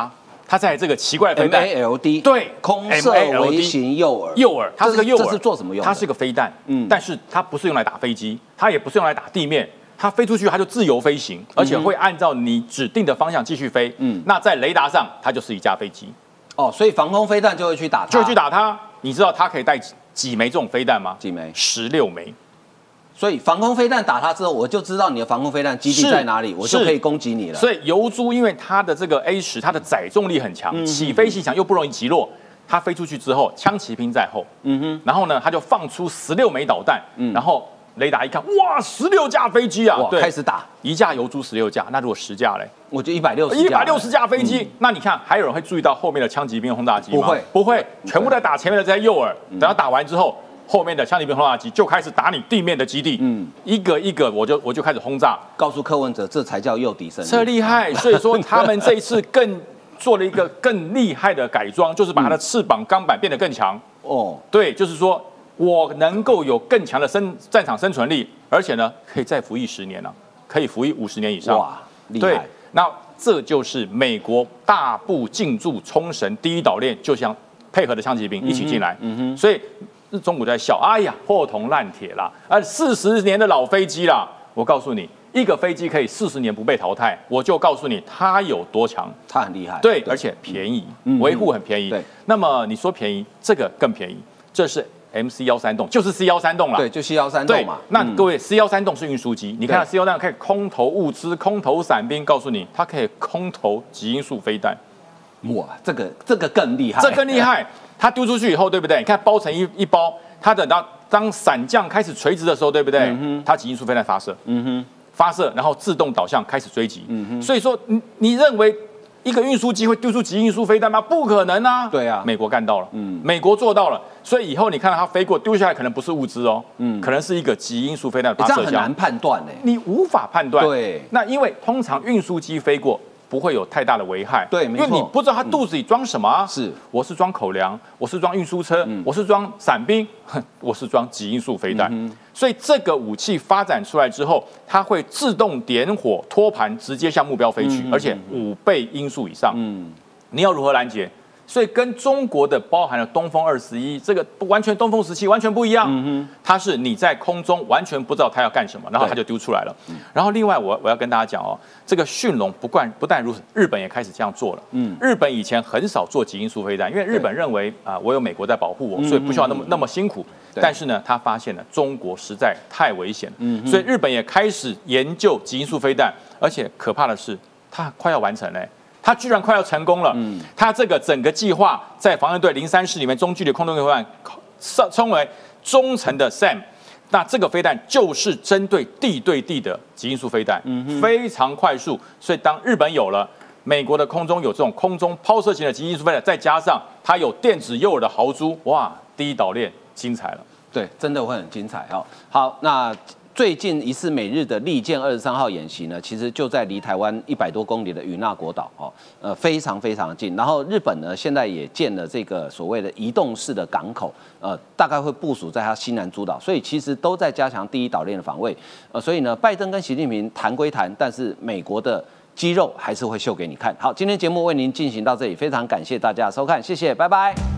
它在这个奇怪的飞弹 M A L D 对空射微型诱饵， 诱饵，它是个诱饵， 这是做什么用的？ 它是个飞弹，嗯，但是它不是用来打飞机，它也不是用来打地面。它飞出去，它就自由飞行，而且会按照你指定的方向继续飞。嗯，那在雷达上，它就是一架飞机。 哦，所以防空飞弹就会去打它， 就会去打它。你知道它可以带几枚这种飞弹吗？ 几枚？ 十六枚。 所以防空飞弹打它之后，我就知道你的防空飞弹基地在哪里，我就可以攻击你了。 所以游珠因为它的这个 A 十，它的载重力很强，嗯、起飞性强又不容易击落。它飞出去之后，枪骑兵在后，嗯哼，然后呢，它就放出十六枚导弹，嗯，然后。雷达一看，哇，十六架飞机啊！ 对，开始打， 一架游珠十六架，那如果十架嘞， 我就一百六十， 一百六十架飞机。嗯、那你看，还有人会注意到后面的枪骑兵轰炸机吗？ 不会， 不会，全部在打前面的这些诱饵。等到打完之后，后面的枪骑兵轰炸机就开始打你地面的基地，嗯，一个一个我就我就开始轰炸。 告诉柯文哲，这才叫诱敌胜利， 这厉害。所以说他们这一次更做了一个更厉害的改装，就是把它的翅膀钢板变得更强。哦，对，就是说。我能够有更强的生战场生存力，而且呢，可以再服役十年呢、啊，可以服役五十年以上。 哇，厉害！ 对，那这就是美国大步进驻冲绳第一岛链，就像配合的枪骑兵一起进来。嗯哼，所以中国在笑，哎呀，破铜烂铁啦，啊，四十年的老飞机啦。我告诉你，一个飞机可以四十年不被淘汰，我就告诉你它有多强， 它很厉害。 对，而且便宜，维护很便宜。对，那么你说便宜，这个更便宜，这是。M C 一三洞就是 C 一三洞啦， 对，就 C 一三洞嘛。 那各位 C 一三洞是运输机，你看 C 一三洞可以空投物资、空投伞兵，告诉你它可以空投极音速飞弹。 哇，这个这个更厉害， 这更厉害。它丢出去以后，对不对？你看包成一一包，它等到当伞降开始垂直的时候，对不对？嗯、它极音速飞弹发射，嗯哼，发射，然后自动导向开始追击。嗯哼，所以说你你认为？一个运输机会丢出极音速飞弹吗？不可能啊！ 对啊， 美国干到了，嗯，美国做到了，所以以后你看到它飞过，丢下来可能不是物资哦，嗯，可能是一个极音速飞弹的发射箱， 这样很难判断呢， 你无法判断。 对， 那因为通常运输机飞过不会有太大的危害， 对， 因为你不知道它肚子里装什么啊。 是， 我是装口粮，我是装运输车，我是装伞兵，我是装极音速飞弹。所以这个武器发展出来之后，它会自动点火托盘，直接向目标飞去，而且五倍音速以上。嗯，你要如何拦截？所以跟中国的包含了东风二十一这个完全东风十七完全不一样。嗯哼，它是你在空中完全不知道它要干什么，然后它就丢出来了。然后另外我我要跟大家讲哦，这个驯龙不惯不但如此，日本也开始这样做了。嗯，日本以前很少做极音速飞弹，因为日本认为啊、呃、我有美国在保护我，所以不需要那么那么辛苦。但是呢，他发现了中国实在太危险，嗯，所以日本也开始研究极音速飞弹，而且可怕的是，它快要完成了。他居然快要成功了！嗯，他这个整个计划在防卫队零三室里面中距离空中飞弹称为中程的 S A M， 那这个飞弹就是针对地对地的极音速飞弹，嗯，非常快速。所以当日本有了，美国的空中有这种空中抛射型的极音速飞弹，再加上它有电子诱饵的豪猪，哇，第一岛链精彩了！ 对，真的会很精彩哦。好，那。最近一次美日的利剑二十三号演习呢，其实就在离台湾一百多公里的与那国岛哦，呃，非常非常近。然后日本呢，现在也建了这个所谓的移动式的港口，呃，大概会部署在它西南诸岛，所以其实都在加强第一岛链的防卫。呃，所以呢，拜登跟习近平谈归谈，但是美国的肌肉还是会秀给你看。好，今天节目为您进行到这里，非常感谢大家的收看，谢谢，拜拜。